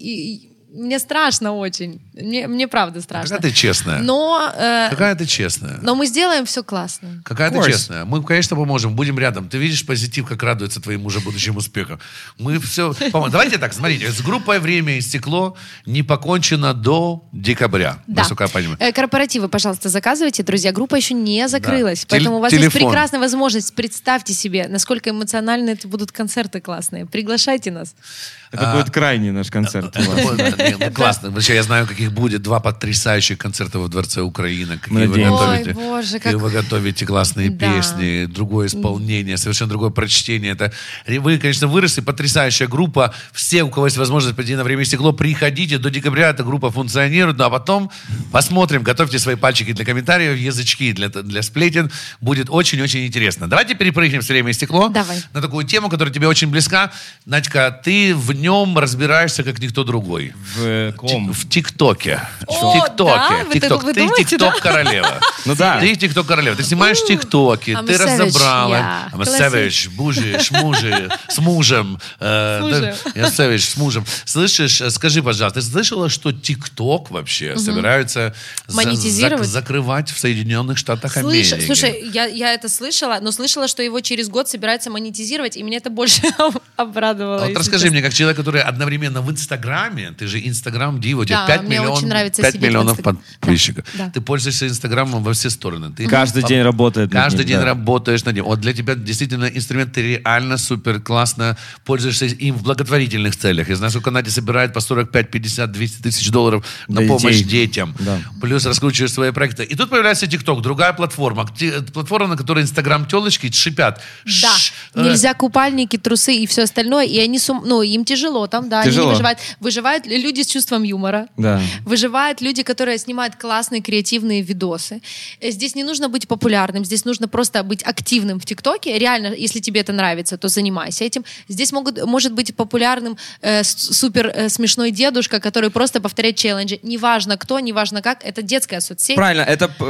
мне страшно очень. Мне правда страшно. Какая ты честная. Какая ты честная. Но мы сделаем все классно. Какая ты честная. Мы, конечно, поможем, будем рядом. Ты видишь позитив, как радуется твоим уже будущим успехам. Мы все поможем. Давайте так, смотрите, с группой «Время и стекло» не покончено до декабря, Да. насколько я понимаю. Корпоративы, пожалуйста, заказывайте, друзья. Группа еще не закрылась. Да. Поэтому у вас Телефон. есть прекрасная возможность. Представьте себе, насколько эмоционально это будут концерты классные. Приглашайте нас. Это будет крайний наш концерт. Классно. Вообще, я знаю, каких будет 2 потрясающих концерта во Дворце Украины. Какие вы Надеемся. готовите. Ой, боже, Какие как- вы готовите классные Да. песни, другое исполнение, совершенно другое прочтение. Вы, конечно, выросли, потрясающая группа. Все, у кого есть возможность пойти на «Время и стекло», приходите. До декабря эта группа функционирует. Ну, а потом посмотрим. Готовьте свои пальчики для комментариев, язычки для сплетен. Будет очень-очень интересно. Давайте перепрыгнем с «Время и стекло» Давай. на такую тему, которая тебе очень близка. Надька, ты в нем разбираешься, как никто другой. В ком? В ТикТоке. О, В ТикТоке. да? Вы ТикТок. вы Ты думаете, да? ТикТок-королева. Ну да. Ты ТикТок-королева. Ты снимаешь ТикТоки, I'm ты a savage, разобрала. yeah. I'm a Classic. savage, бужи, шмужи, с мужем. мужем. Я savage, с мужем. Слышишь, скажи, пожалуйста, ты слышала, что ТикТок вообще собираются Монетизировать? закрывать в Соединенных Штатах Америки? Слушай, я это слышала, но слышала, что его через год собираются монетизировать, и меня это больше обрадовало. Вот если расскажи честно. мне, как человек, который одновременно в Инстаграме, ты же Инстаграм-дива, у тебя Да, 5 мне очень нравится 5 сидеть в миллионов Инстаграме. подписчиков. Да. Ты пользуешься Инстаграмом во все стороны. Ты Каждый день работает над Каждый ним, день да. работаешь над ним. Вот для тебя действительно инструмент, ты реально супер классно пользуешься им в благотворительных целях. Я знаю, что Канаде собирает по 45, 50, 200 тысяч долларов на Для помощь детей. детям. Да. Плюс раскручиваешь свои проекты. И тут появляется ТикТок, другая платформа. Платформа, на которой Инстаграм-телочки шипят. Да, нельзя купальники, трусы и все остальное, и они, им тяжело там, да, Тяжело. они не выживают. Выживают люди с чувством юмора, Да. выживают люди, которые снимают классные креативные видосы. Здесь не нужно быть популярным, здесь нужно просто быть активным в ТикТоке. Реально, если тебе это нравится, то занимайся этим. Здесь может быть популярным супер смешной дедушка, который просто повторяет челленджи. Неважно кто, неважно как, это детская соцсеть. Правильно,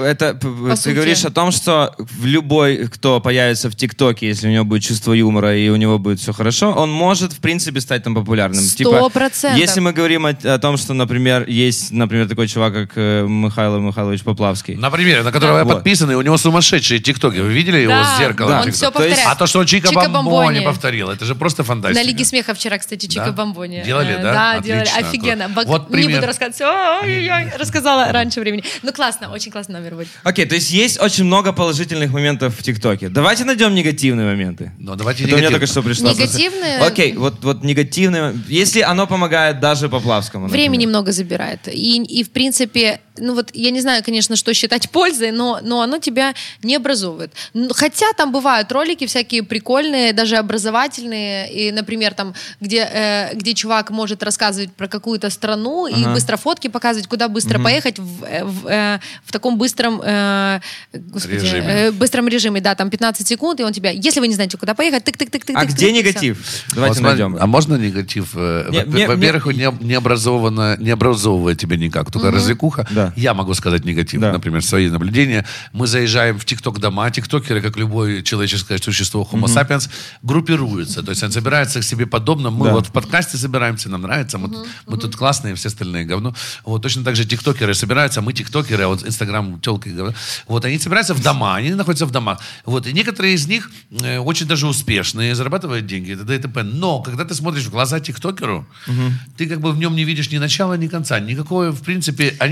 ты сути. говоришь о том, что любой, кто появится в ТикТоке, если у него будет чувство юмора и у него будет все хорошо, он может, в принципе, стать там популярным. 100%. Если мы говорим о том, что, например, есть, такой чувак, как Михаил Михайлович Поплавский. Например, на которого я Вот. подписан, и у него сумасшедшие ТикТоки. Вы видели его Да, с зеркала? да, он ТикТок? все повторяет. А то, что он Чика Чика Бамбони Бамбони. повторил, это же просто фантастика. На Лиге смеха вчера, кстати, Чика Да? Бамбони. Делали, да? Да, делали. Отлично. Офигенно. Вот Не пример. буду рассказывать. Ой-ой-ой, рассказала раньше времени. Ну, классно, очень классный номер будет. Окей, то есть есть очень много положительных моментов в ТикТоке. Давайте найдем негативные моменты. Ну, давайте Это мне негативно. только что пришло. Негативные? Окей, вот негативные. Если оно помогает даже Поплавскому. например. Времени много забирает. И в принципе, я не знаю, конечно, что считать пользой, но оно тебя не образовывает. Хотя там бывают ролики всякие прикольные, даже образовательные, и, например, там, где чувак может рассказывать про какую-то страну и быстро фотки показывать, куда быстро поехать в таком быстром Режиме. быстром режиме, да, там 15 секунд, и он тебя, если вы не знаете, куда поехать, тык-тык-тык-тык. А где негатив? Давайте Вот смотри, найдем. А можно негатив? Во-первых, не образовывает тебя никак, только развлекуха. Да. Я могу сказать негатив, Да. например, свои наблюдения. Мы заезжаем в ТикТок-дома, тиктокеры, как любое человеческое существо, Homo sapiens, группируются, то есть они собираются к себе подобно. Мы Да. вот в подкасте собираемся, нам нравится, мы тут классные, все остальные говно. Вот точно так же тиктокеры собираются, мы тиктокеры, а вот Инстаграм телка говно. Вот они собираются в дома, они находятся в домах. Вот, и некоторые из них очень даже успешные, зарабатывают деньги, т.д. и т.п. Но когда ты смотришь в глаза тиктокеру, ты как бы в нем не видишь ни начала, ни конца. Никакое, в принципе, они становятся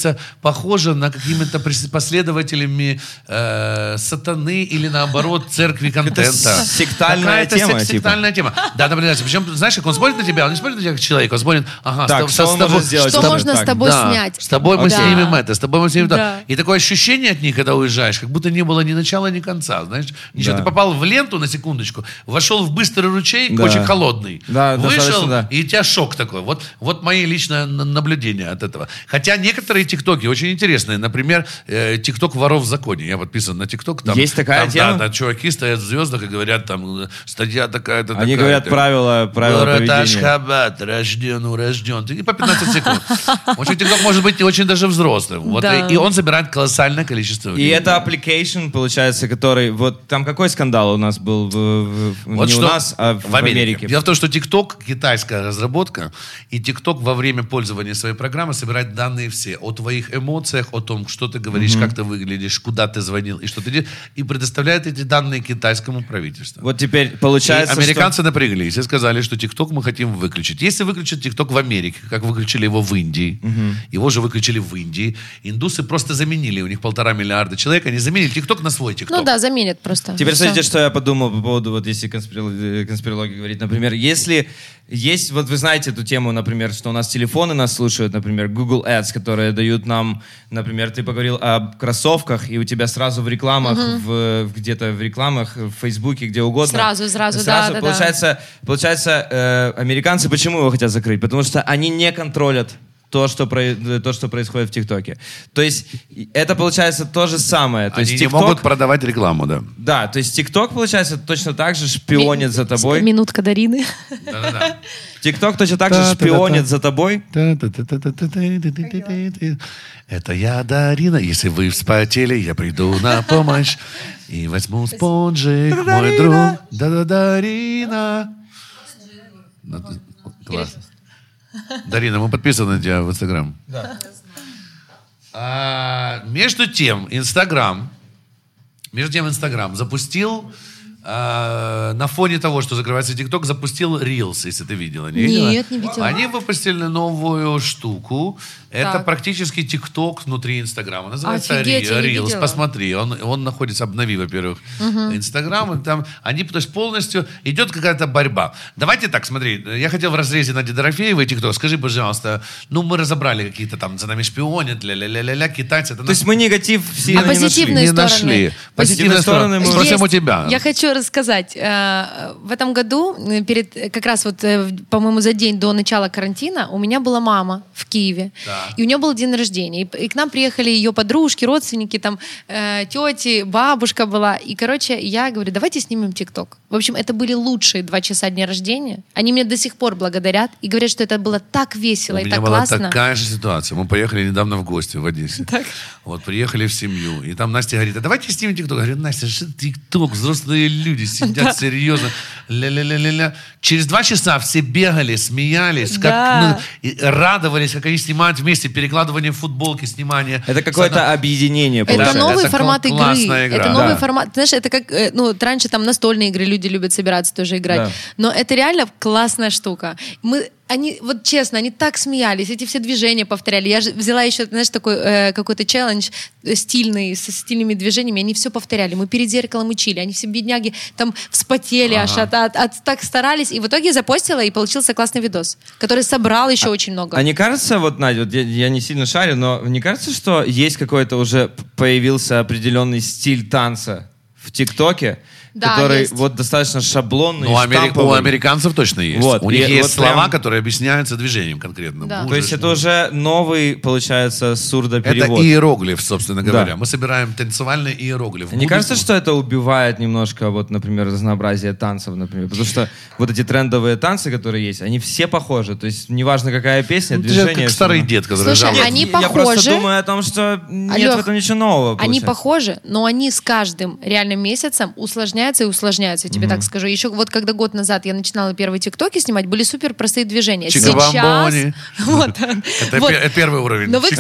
становится похожа на какими-то последователями сатаны или, наоборот, церкви контента. Сектальная Какая-то тема, сектальная тема. Да, наблюдается. Причем, знаешь, как он смотрит на тебя, он не смотрит на тебя как человек, он смотрит, ага, Так, что он может сделать? Что можно с тобой да, снять? с тобой мы Да. снимем это, с тобой мы снимем то. Да. И такое ощущение от них, когда уезжаешь, как будто не было ни начала, ни конца. Знаешь, ничего. Да. Ты попал в ленту на секундочку, вошел в быстрый ручей, Да. очень холодный. Да, вышел, достаточно, да. и у тебя шок такой. Вот мои личные наблюдения от этого. Хотя некоторые тиктоки очень интересные. Например, тикток воров в законе. Я подписан на тикток. Там, Есть такая там, тема? Да, чуваки стоят в звездах и говорят, там, статья такая-то, Они такая-то. говорят правила Город поведения. Ашхабад, рожден. И по 15 секунд. В общем, тикток может быть очень даже взрослым. Вот, Да. и он собирает колоссальное количество И времени. это application, получается, который... Вот там какой скандал у нас был? Вот Не что у нас, а в Америке. Дело в том, что TikTok китайская разработка, и TikTok во время пользования своей программы собирает данные все о твоих эмоциях, о том, что ты говоришь, как ты выглядишь, куда ты звонил и что ты делаешь, и предоставляет эти данные китайскому правительству. Вот теперь И получается, американцы напряглись и сказали, что TikTok мы хотим выключить. Если выключат TikTok в Америке, как выключили его в Индии, его же выключили в Индии, индусы просто заменили, у них 1,5 миллиарда человек, они заменили TikTok на свой TikTok. Ну да, заменят просто. Теперь Всё. смотрите, что я подумал по поводу, вот если конспирологии говорить, например, если есть, вот вы знаете эту тему, например, что у нас телефоны нас слушают, например, Google Ads, которые дают нам, например, ты поговорил о кроссовках, и у тебя сразу в рекламах, где-то в рекламах, в Фейсбуке, где угодно. Сразу, да. Получается, американцы почему его хотят закрыть? Потому что они не контролят то, что происходит в ТикТоке. То есть это получается то же самое. То Они есть не TikTok, могут продавать рекламу, да. да, то есть ТикТок, получается, точно так же шпионит за тобой. Минутка Дарины. Да-да-да. ТикТок точно так же шпионит за тобой. Это я, Дарина. Если вы вспотели, я приду на помощь. И возьму спонжик, мой друг. Да-да, Дарина. Класс. Дарина, мы подписаны на тебя в Инстаграм. Да. Между тем, Инстаграм запустил на фоне того, что закрывается ТикТок, запустил Reels, если ты видела. Не видела? Нет, не видела. Они выпустили новую штуку. Это Так. практически ТикТок внутри Инстаграма. Называется Офигеть, я не Reels. видела. Посмотри, он находится, обнови, во-первых, Инстаграм. И там они, то есть полностью идет какая-то борьба. Давайте так, смотри, я хотел в разрезе Нади Дорофеевой ТикТок. Скажи, пожалуйста, мы разобрали какие-то там, за нами шпионят, ля-ля-ля-ля-ля, китайцы. Это То есть мы негатив сильно А не нашли. позитивные не стороны? нашли. Позитивные стороны мы- Спросим Есть. у тебя. Я хочу рассказать. В этом году, как раз вот, по-моему, за день до начала карантина, у меня была мама в Киеве. Так. И у нее был день рождения. И к нам приехали ее подружки, родственники, там, тети, бабушка была. И, короче, я говорю, давайте снимем ТикТок. В общем, это были лучшие 2 часа дня рождения. Они мне до сих пор благодарят и говорят, что это было так весело У и меня так была классно. такая же ситуация. Мы поехали недавно в гости в Одессе. Вот, приехали в семью. И там Настя говорит, а давайте снимем ТикТок. Я говорю, Настя, что ТикТок? Взрослые люди сидят серьезно. Ля-ля-ля-ля-ля. Через 2 часа все бегали, смеялись, как, Да. и радовались, как они снимают вместе, перекладывание футболки, снимание. Это какое-то объединение. Это получается. новый Это формат игры. классная игра. Это новый Да. формат. Знаешь, это как, раньше там настольные игры, люди любят собираться тоже играть. Да. Но это реально классная штука. Они, вот честно, они так смеялись, эти все движения повторяли. Я же взяла еще, знаешь, такой какой-то челлендж стильный, со стильными движениями, они все повторяли. Мы перед зеркалом учили, они все бедняги там вспотели, аж так старались. И в итоге я запостила, и получился классный видос, который собрал еще очень много. А не кажется, вот, Надя, вот я не сильно шарю, но не кажется, что есть какой-то уже появился определенный стиль танца в ТикТоке, Да, который есть. вот достаточно шаблонный, Ну, у штамповый. американцев точно есть. Вот, У них и есть вот слова, прям- которые объясняются движением конкретно. Да. Боже То есть ж это мой. уже новый, получается, Это сурдоперевод. иероглиф, собственно говоря. Да. Мы собираем танцевальный иероглиф. Не кажется, что это убивает немножко, вот, например, разнообразие танцев, например? Потому что вот эти трендовые танцы, которые есть, они все похожи. То есть неважно, какая песня, Ты же движение... как всё старый равно. дед, который Слушай, жалуется. они Я просто похожи. думаю о том, что нет Алёх, в этом ничего нового. Они получается. похожи, но они с каждым реальным месяцем усложняют усложняется и усложняется, я тебе так скажу. Еще вот когда год назад я начинала первые тиктоки снимать, были супер простые движения. Чикабамбони. Вот. Это первый уровень. Но вы,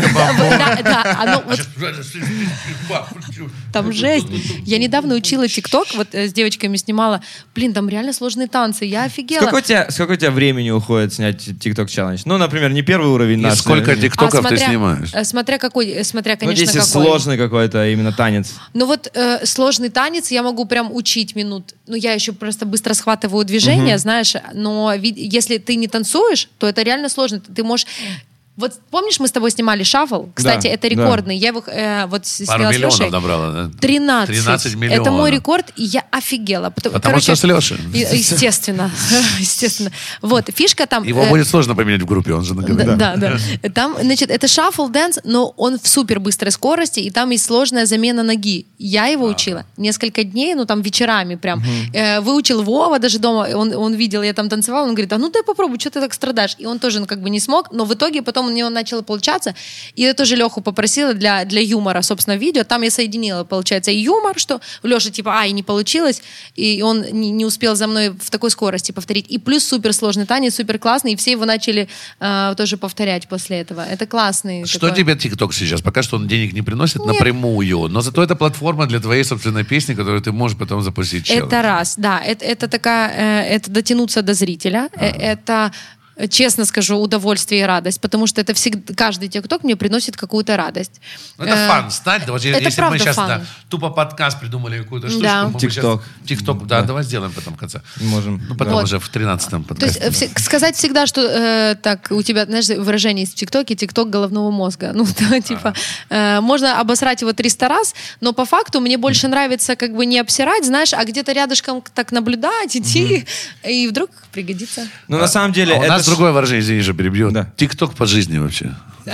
там жесть. Я недавно учила ТикТок, вот с девочками снимала. Блин, там реально сложные танцы, я офигела. Сколько у тебя времени уходит снять ТикТок челлендж? Ну, например, не первый уровень И наш. сколько тиктоков ты снимаешь? Смотря, конечно, Ну, если какой. сложный какой-то именно танец. Ну вот сложный танец я могу прям учить минут. Ну, я еще просто быстро схватываю движения, знаешь. Но если ты не танцуешь, то это реально сложно. Ты можешь... Вот помнишь, мы с тобой снимали шаффл? Кстати, Да, это рекордный. Я его вот Пару сняла с миллионов Лешей. набрала, да? 13 миллионов. Это мой рекорд, и я офигела. Потому что с Лешей. Естественно. Естественно. Вот, фишка там... Его будет сложно поменять в группе, он же наговорил. Да. Там, значит, это шаффл дэнс, но он в супер быстрой скорости, и там есть сложная замена ноги. Я его учила несколько дней, ну там вечерами прям. Выучил Вова даже дома, он видел, я там танцевала, он говорит, ну дай попробуй, что ты так страдаешь? И он тоже как бы не смог, но в итоге потом у него начало получаться, и я тоже Леху попросила для юмора, собственно, видео, там я соединила, получается, и юмор, что у Леши типа, и не получилось, и он не успел за мной в такой скорости повторить, и плюс суперсложный танец, супер классный, и все его начали тоже повторять после этого. Это классный. Что такой... тебе ТикТок сейчас? Пока что он денег не приносит напрямую, но зато это платформа для твоей собственной песни, которую ты можешь потом запустить. Это раз, да. Это такая, это дотянуться до зрителя, это... Честно скажу, удовольствие и радость, потому что это всегда, каждый ТикТок мне приносит какую-то радость. Ну, это фан стать. Да, вот это если правда мы сейчас фан. тупо подкаст придумали какую-то штучку, Да. мы бы ТикТок. сейчас... ТикТок, да, давай сделаем потом в конце. Можем. Ну, потом Вот. уже в 13-м То подкасте. есть сказать всегда, что так у тебя, знаешь, выражение есть в ТикТоке, ТикТок головного мозга. Ну, типа, можно обосрать его 300 раз, но по факту мне больше нравится как бы не обсирать, знаешь, а где-то рядышком так наблюдать, идти, и вдруг пригодится. Ну, на самом деле, А у это нас ж- другое выражение, извини, что перебью. Да. ТикТок по жизни вообще.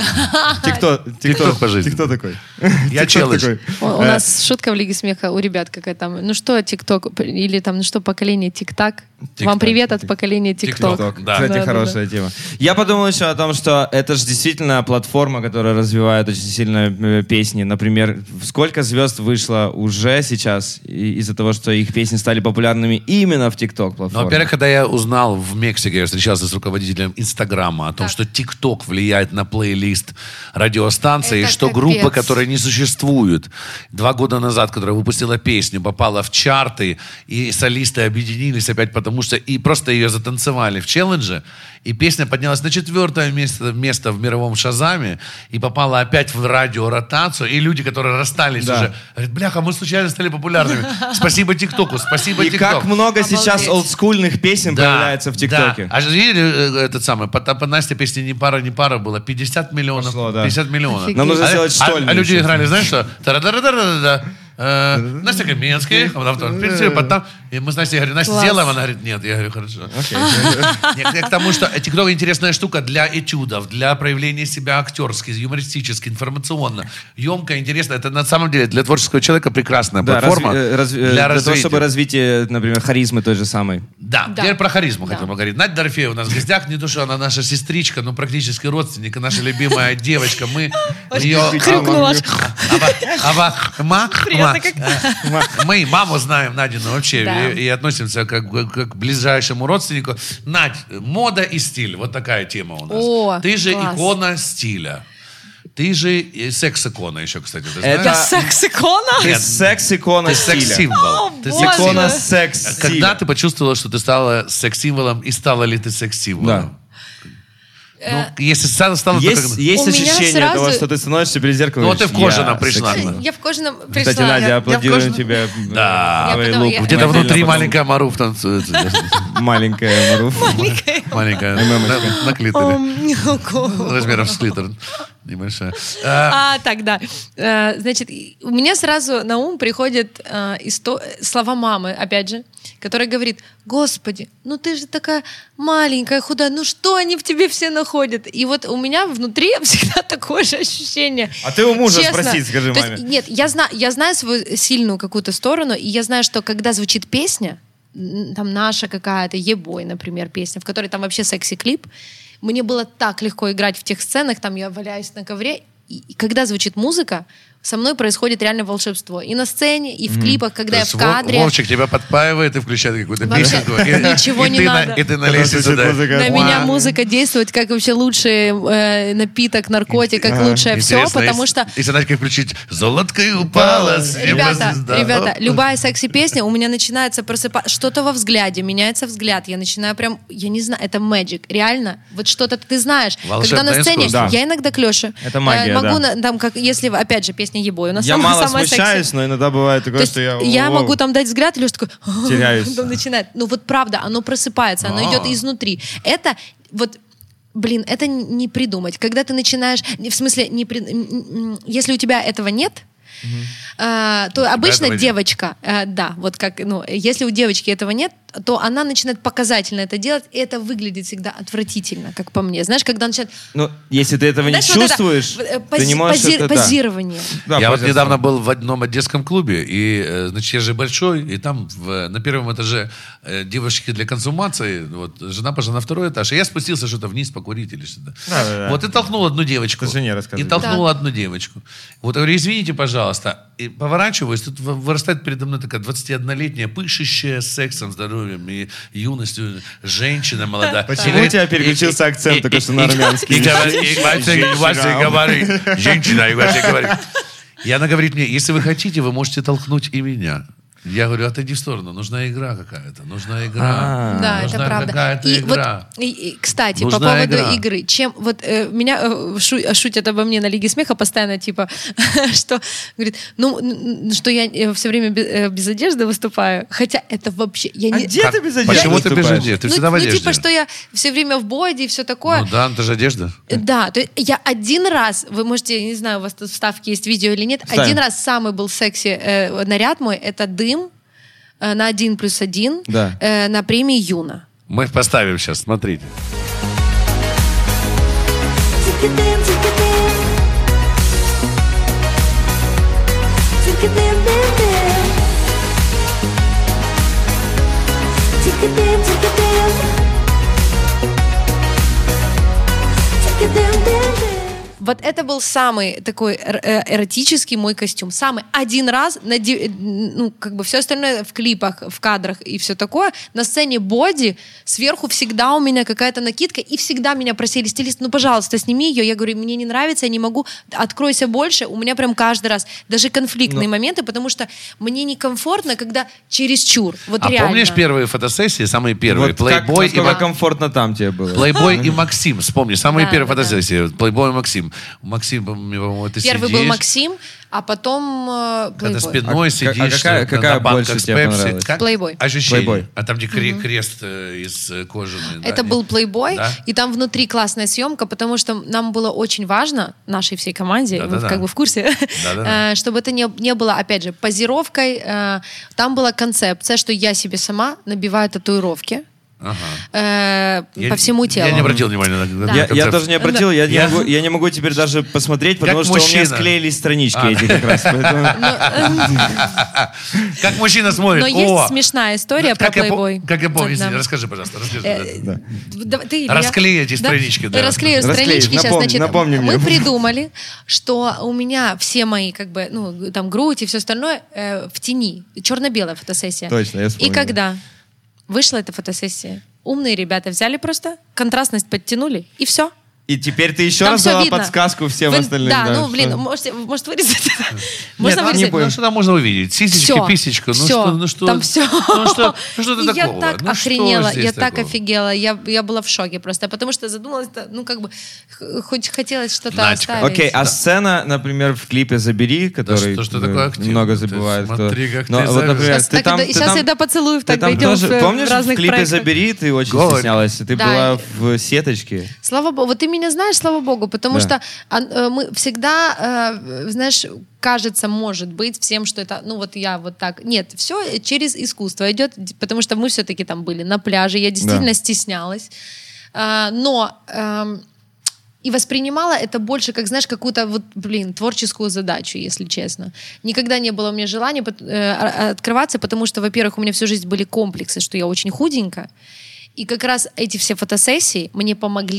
ТикТок по жизни. Кто такой? Я челлендж. У нас шутка в Лиге смеха у ребят какая там, ну что ТикТок, или там, ну что поколение ТикТак. Вам привет от поколения ТикТок. Да. Кстати, Да. хорошая тема. Я подумал еще о том, что это же действительно платформа, которая развивает очень сильно песни. Например, сколько звезд вышло уже сейчас из-за того, что их песни стали популярными именно в ТикТок Ну, платформе. во-первых, когда я узнал в Мексике, я встречался с руководителем Инстаграма о том, Так. что ТикТок влияет на плейлист радиостанции, и Это что капец. группа, которая не существует, 2 года назад, которая выпустила песню, попала в чарты, и солисты объединились опять, потому что и просто ее затанцевали в челлендже, и песня поднялась на 4-е место в мировом Шазаме, и попала опять в радиоротацию, и люди, которые расстались Да. уже, говорят, бляха, мы случайно стали популярными. Спасибо ТикТоку, спасибо И ТикТок. как много Обалдеть. сейчас олдскульных песен появляется в ТикТоке. Да. А же видели этот самый, по Насте песни «Не пара» было 50 миллионов. Пошло, да. 50 миллионов. Офигеть. Нам нужно А- сделать а штольню люди еще. играли, знаешь что? Тара-дара-дара-дара-дара. Настя Каменский, потом и мы с Настей говорим, Настя, Класс. сделаем? Она говорит, нет. Я говорю, хорошо. Нет, к тому, что ТикТок интересная штука для этюдов, для проявления себя актерски, юмористически, информационно. Емкая, интересная. Это на самом деле для творческого человека прекрасная Да, платформа для того, развития. чтобы развитие, например, харизмы той же самой. Да, Да. теперь про харизму Да. хотел поговорить. Надя Дорофеева у нас в гостях, не то, что она наша сестричка, но практически родственник, и наша любимая девочка. Мы ее... Хрюкнула аж. Мы маму знаем, Надину, вообще, Да. и относимся как к ближайшему родственнику. Надь, мода и стиль, вот такая тема у нас. О, Ты же класс. икона стиля. Ты же и секс-икона еще, кстати, ты знаешь? Это- Я секс-икона? Ты секс-икона Ты стиля. секс-символ. Ты Боже. секс-символ. Икона секс-стиля. Когда ты почувствовала, что ты стала секс-символом, и стала ли ты секс-символом? Ну, если стала, то Есть как... У меня ощущение сразу- того, что ты становишься перед зеркалом. Ну, и вот ты в говоришь, кожаном «Я пришла. секс-символ». Я в кожаном пришла. Кстати, Надя, Я- аплодируем кожаном- тебе. Да. Твой Я потом- лук. я- Где-то Мы внутри отдельно маленькая Маруф танцует. Маленькая Маруф. Маленькая. На клиторе. Размером с клитор. Небольшая. Так, да. Значит, у меня сразу на ум приходят слова мамы, опять же, которая говорит, Господи, ну ты же такая маленькая, худая, ну что они в тебе все находят? И вот у меня внутри всегда такое же ощущение. А ты у мужа Честно. спроси, скажи То есть, маме. нет, я знаю свою сильную какую-то сторону, и я знаю, что когда звучит песня, там наша какая-то, Ебой, например, песня, в которой там вообще секси-клип, мне было так легко играть в тех сценах, там я валяюсь на ковре, и когда звучит музыка, со мной происходит реально волшебство. И на сцене, и в клипах, когда То я есть в кадре. Вовчик тебя подпаивает и включает какую-то Вообще песенку. ничего не надо. И ты на лестнице, да. На меня музыка действует как вообще лучший напиток, наркотик, как лучшее все, Интересно, потому что... Если знаешь, как включить «Золоткой упала с неба звезда». Ребята, любая секси-песня у меня начинается просыпаться, что-то во взгляде, меняется взгляд, я начинаю прям, я не знаю, это magic, реально, вот что-то ты знаешь. Волшебное Когда на сцене, искусство. я иногда к Лёше Это магия, могу, да. там, как, если, опять же, песня «Ебой», у нас Я самая мало самая смущаюсь, секси. но иногда бывает То такое, есть что я... я могу там дать взгляд, Леша такой... Теряюсь. Там начинает. Ну вот правда, оно просыпается, оно идет изнутри. Это вот... Блин, это не придумать. Когда ты начинаешь... В смысле, если у тебя этого нет, то обычно этого нет. девочка, да, вот как, ну, если у девочки этого нет, то она начинает показательно это делать, и это выглядит всегда отвратительно, как по мне. Знаешь, когда начинает... Ну, если ты этого не Знаешь, вот это, чувствуешь, ты не можешь это... да. позирование. Да, Я вот позирование. недавно был в одном детском клубе, и, значит, я же большой, и там на первом этаже девушки для консумации, вот, жена пошла на второй этаж, и я спустился что-то вниз покурить или что-то. Да. Вот и толкнул одну девочку. Ты жене рассказывай. И толкнул одну девочку. Вот я говорю, извините, пожалуйста. И поворачиваюсь, тут вырастает передо мной такая 21-летняя, пышущая сексом, здоровьем и юностью женщина молодая. Почему у тебя переключился акцент только что на армянский? И Вася говорит, женщина, и Вася говорит. И она говорит мне, если вы хотите, вы можете толкнуть и меня. Я говорю, отойди в сторону, нужна игра какая-то, нужна игра. Да, нужна это правда. какая-то И игра. вот, и, кстати, Нужна по поводу игра. игры, чем вот меня шутят обо мне на Лиге смеха постоянно, типа, что говорит, ну, что я все время без одежды выступаю, хотя это вообще я А не. где ты без одежды Почему ты без выступаешь? одежды? Ты Ну, всегда в ну, одежде. типа, что я все время в боди и все такое. Ну да, это же одежда. Да, то есть я один раз, вы можете, я не знаю, у вас тут вставки есть видео или нет, Ставим. один раз самый был секси наряд мой, это дым на 1+1 Да. на премии Юна. Мы поставим сейчас, смотрите. Вот это был самый такой эротический мой костюм. Самый. Один раз, ну, как бы все остальное в клипах, в кадрах и все такое. На сцене боди, сверху всегда у меня какая-то накидка, и всегда меня просили стилист, ну, пожалуйста, сними ее. Я говорю, мне не нравится, я не могу, откройся больше. У меня прям каждый раз, даже конфликтные моменты, потому что мне некомфортно, когда чересчур. Вот А реально. помнишь первые фотосессии, самые первые? Вот как, Плейбой и насколько комфортно там тебе было? Плейбой и Максим, вспомни, самые Да, первые да, фотосессии. Плейбой и Максим. Максим, по-моему, ты Первый сидишь, был Максим, а потом когда Плейбой. спиной сидишь какая на банках больше с тебе пепси. понравилась? Как? Плейбой. Ощущение. Плейбой. А там, где крест из кожи. Это был Playboy, Да? и там внутри классная съемка, потому что нам было очень важно, нашей всей команде, Да-да-да. вы как бы в курсе, Да-да-да. чтобы это не было, опять же, позировкой. Там была концепция, что я себе сама набиваю татуировки по всему телу. Я не обратил внимания на Да. Я концепцию. тоже не обратил, я Я- не могу теперь даже посмотреть, потому Как что у меня мужчина. склеились странички эти как раз. поэтому- Как мужчина смотрит. Но есть смешная история про Playboy. Как я помню, Да. расскажи, пожалуйста, расскажи. Ты или я? Расклей эти странички, да. Расклею Расклеишь, странички. Сейчас, значит, напомни мне. мы придумали, что у меня все мои, как бы, ну, там, грудь и все остальное в тени. Черно-белая фотосессия. Точно, я И вспомнил. когда вышла эта фотосессия, умные ребята взяли просто, контрастность подтянули, и все. И теперь ты еще Там раз всё дала видно. подсказку всем Вы- остальным. Да, ну, что- блин, может вырезать это? Нет, Можно вырезать? ну, что там можно увидеть? Сисечки, Всё, писечку. всё, там все. Ну что ты Я такого? так Ну, что охренела, здесь я так такого? офигела, я была в шоке просто, потому что задумалась, ну как бы, хоть хотелось что-то Надька. оставить. Окей, а сцена, например, в клипе «Забери», который что такое активно? много Ты забывает. смотри, кто- как Но ты вот, например, Сейчас, ты там... ты сейчас там- я до поцелуев ты так там дойдем тоже, помнишь, в разных в клипе проектах. «Забери» ты очень Говори. стеснялась, ты Да. была в сеточке. Слава богу, вот ты меня знаешь, слава богу, потому Да. что мы всегда, знаешь, кажется, может быть всем, что это, ну вот я вот так. Нет, все через искусство идет, потому что мы все-таки там были на пляже, я действительно Да. стеснялась, но и воспринимала это больше как, знаешь, какую-то вот, творческую задачу, если честно. Никогда не было у меня желания открываться, потому что, во-первых, у меня всю жизнь были комплексы, что я очень худенькая, и как раз эти все фотосессии мне помогли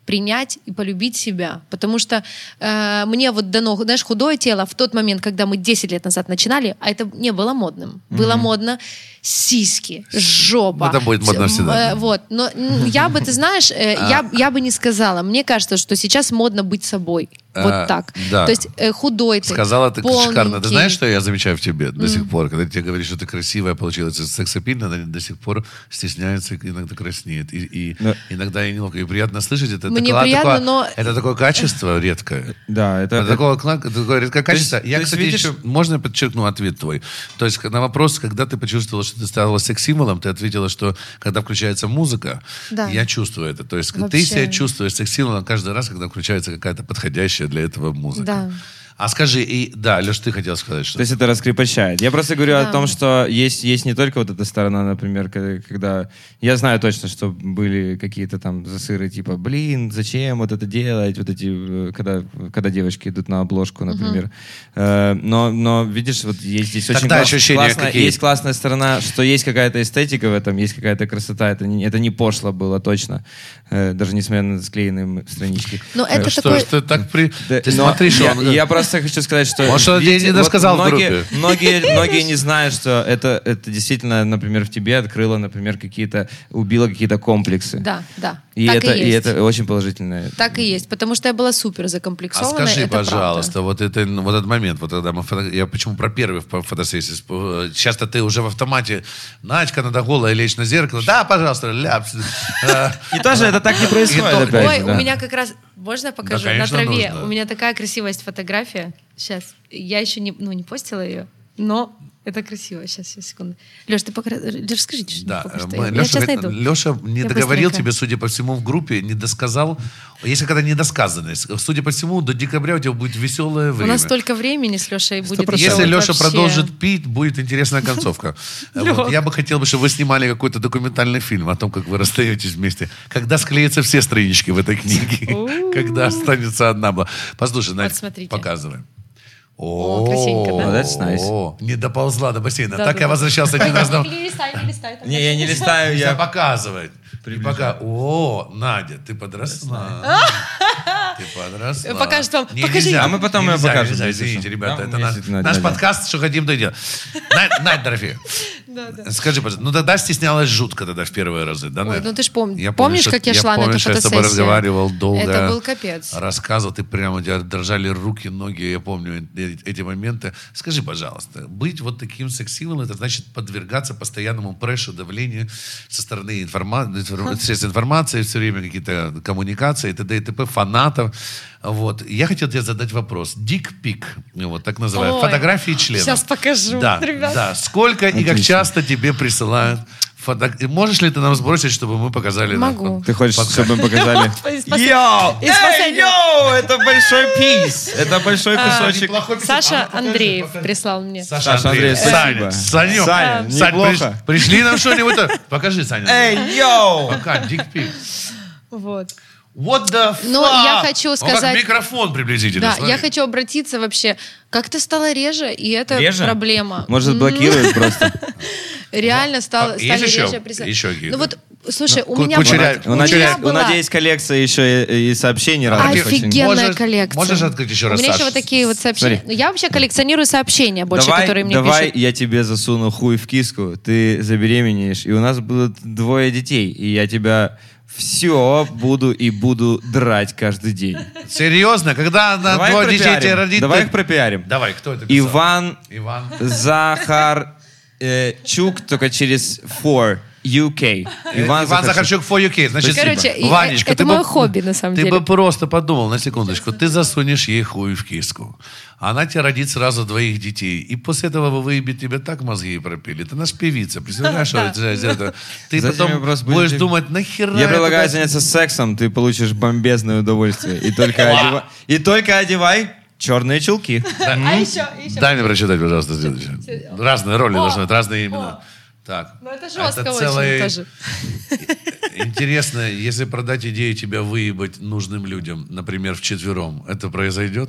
принять и полюбить себя. Потому что мне вот дано, знаешь, худое тело в тот момент, когда мы 10 лет назад начинали, а это не было модным. Было модно сиськи, жопа. Это будет модно всегда. Вот. Но я бы, ты знаешь, я бы не сказала. Мне кажется, что сейчас модно быть собой. Вот так. Да. То есть худой ты, Сказала ты полненький. шикарно. Ты знаешь, что я замечаю в тебе до сих пор? Когда тебе говоришь, что ты красивая, получилась сексапильная, она до сих пор стесняется, иногда краснеет. И иногда и неловко. И приятно слышать это. Мне приятно, но... Это такое качество редкое. Да, это такое редкое качество. то Я, есть, кстати, видишь... еще... Можно я подчеркну ответ твой? То есть на вопрос, когда ты почувствовала, что ты стала секс-символом, ты ответила, что когда включается музыка, Да. я чувствую это. То есть ты Вообще. себя чувствуешь секс-символом каждый раз, когда включается какая-то подходящая для этого музыка. Да. А скажи, Леш, ты хотел сказать, что... То есть это раскрепощает. Я просто говорю Да. о том, что есть не только вот эта сторона, например, когда... Я знаю точно, что были какие-то там засыры, типа, блин, зачем вот это делать, вот эти, когда девочки идут на обложку, например. Но видишь, вот есть здесь очень Тогда ощущения какие? есть классная сторона, что есть какая-то эстетика в этом, есть какая-то красота. Это не пошло было точно, даже несмотря на склеенные странички. Но это Что такой... ж ты так при... Да, Ты но смотри, что он... я просто хочу сказать, что... Может, он видите, тебе не досказал в многие, группе. многие не знают, что это действительно, например, в тебе открыло, например, убило какие-то комплексы. Да, да. И так это, и и есть. это очень положительное. Так и есть, потому что я была супер А закомплексована. скажи, это пожалуйста, вот этот момент, вот когда я почему про первый фотосессии, часто ты уже в автомате, Надька, надо голая лечь на зеркало, да, пожалуйста, ляпс. И тоже это так не происходит, то- опять Ой, же, у да. меня как раз... Можно я покажу? Да, конечно, на траве. нужно. У меня такая красивая есть фотография. Сейчас. Я еще не постила ее, но это красиво. Сейчас, секунду. Леш, ты расскажите, что Да, пока что. Я сейчас найду. Леша не Я договорил быстренько. тебе, судя по всему, в группе, не досказал. Есть какая-то недосказанность. Судя по всему, до декабря у тебя будет веселое У время. нас столько времени с Лешей будет. Если делать Леша вообще. продолжит пить, будет интересная концовка. Вот. Я бы хотел, чтобы вы снимали какой-то документальный фильм о том, как вы расстаетесь вместе. Когда склеятся все странички в этой книге. Когда останется одна. Послушай, Надь, Вот смотрите. показывай. О, красивенько, да? That's nice. О, не доползла до бассейна. Да, Так да, я да. возвращался один раз. Не листай. Не, я не листаю, Нельзя я... показывать. О, Надя, ты подросла. Ты подросла. Покажет вам. Не, Покажи. нельзя, А мы потом нельзя, ее покажем, нельзя, если извините, что. ребята, Да, это вместе, наш Надя. подкаст, что хотим, то и делаем. Надь, Дорофея, скажи, пожалуйста, ну тогда стеснялась жутко тогда в первые разы, да? Ой, наверное? ну ты ж помнишь, Я помню, помнишь, что- как я шла на помню, эту что я с тобой фотосессию? разговаривал долго. Это был капец. Рассказывал, ты прямо, у тебя дрожали руки, ноги, я помню эти моменты. Скажи, пожалуйста, быть вот таким секс-символом, это значит подвергаться постоянному прессу, давлению со стороны средств информации, все время какие-то коммуникации, и т.д. и т.п., фанатов. Вот. Я хотел тебе задать вопрос. Дик-пик, вот так называют, Ой, фотографии членов. сейчас покажу, Да, ребят. да. Сколько и как часто тебе присылают Можешь ли ты нам сбросить, чтобы мы показали? Могу. Ты хочешь, чтобы мы показали? Из послед- Йоу! из последнего. Йоу! Это большой пис! Это большой кусочек. Саша Андреев прислал мне. Саша Саша Андреев. Андреев, Саня, спасибо. Санек. Саня, Сань, неплохо. пришли нам что-нибудь. Покажи, Саня. Эй, йоу! Пока, дикпик. Вот. What the fuck? Но я хочу Он сказать- как микрофон приблизительно. Да, смотри. я хочу обратиться вообще. Как-то стало реже, и это Реже? проблема. Может, блокируют просто? Реально стали есть еще? реже присылать. Еще какие-то? Ну вот, слушай, у Ку- меня кучеря- была- У Надеюсь, была- есть коллекция еще и сообщений разных. очень. Офигенная Можешь- коллекция. можешь открыть еще раз, У меня Саш? еще вот такие вот сообщения. Смотри. Ну, я вообще коллекционирую сообщения больше, которые мне давай пишут. я тебе засуну хуй в киску, ты забеременеешь, и у нас будут 2 детей, и я тебя все буду драть каждый день. Серьезно? Когда на Давай их 2 детей тебе пропиарим. родит... Давай ты- их пропиарим. Давай, кто это писал? Иван Иван. Захар Чук, только через 4 UK. Иван Захарчук for UK. Значит, Короче, и- Ванечка, это ты мое бы- хобби, на самом ты деле. бы просто подумал, на секундочку, ты засунешь ей хуй в киску. Она тебе родит сразу 2 детей. И после этого выебет тебе так мозги пропили. Ты наш певица. Представляешь, что это? Ты Затем потом вопрос будешь будет- думать, нахера Я предлагаю это- заняться сексом, ты получишь бомбезное удовольствие. И только одевай черные чулки. А еще... Дай мне прочитать, пожалуйста, следующее. Разные роли должны быть, разные имена. Так. Ну это жестко очень целый- тоже. Интересно, если продать идею тебя выебать нужным людям, например, вчетвером, это произойдет?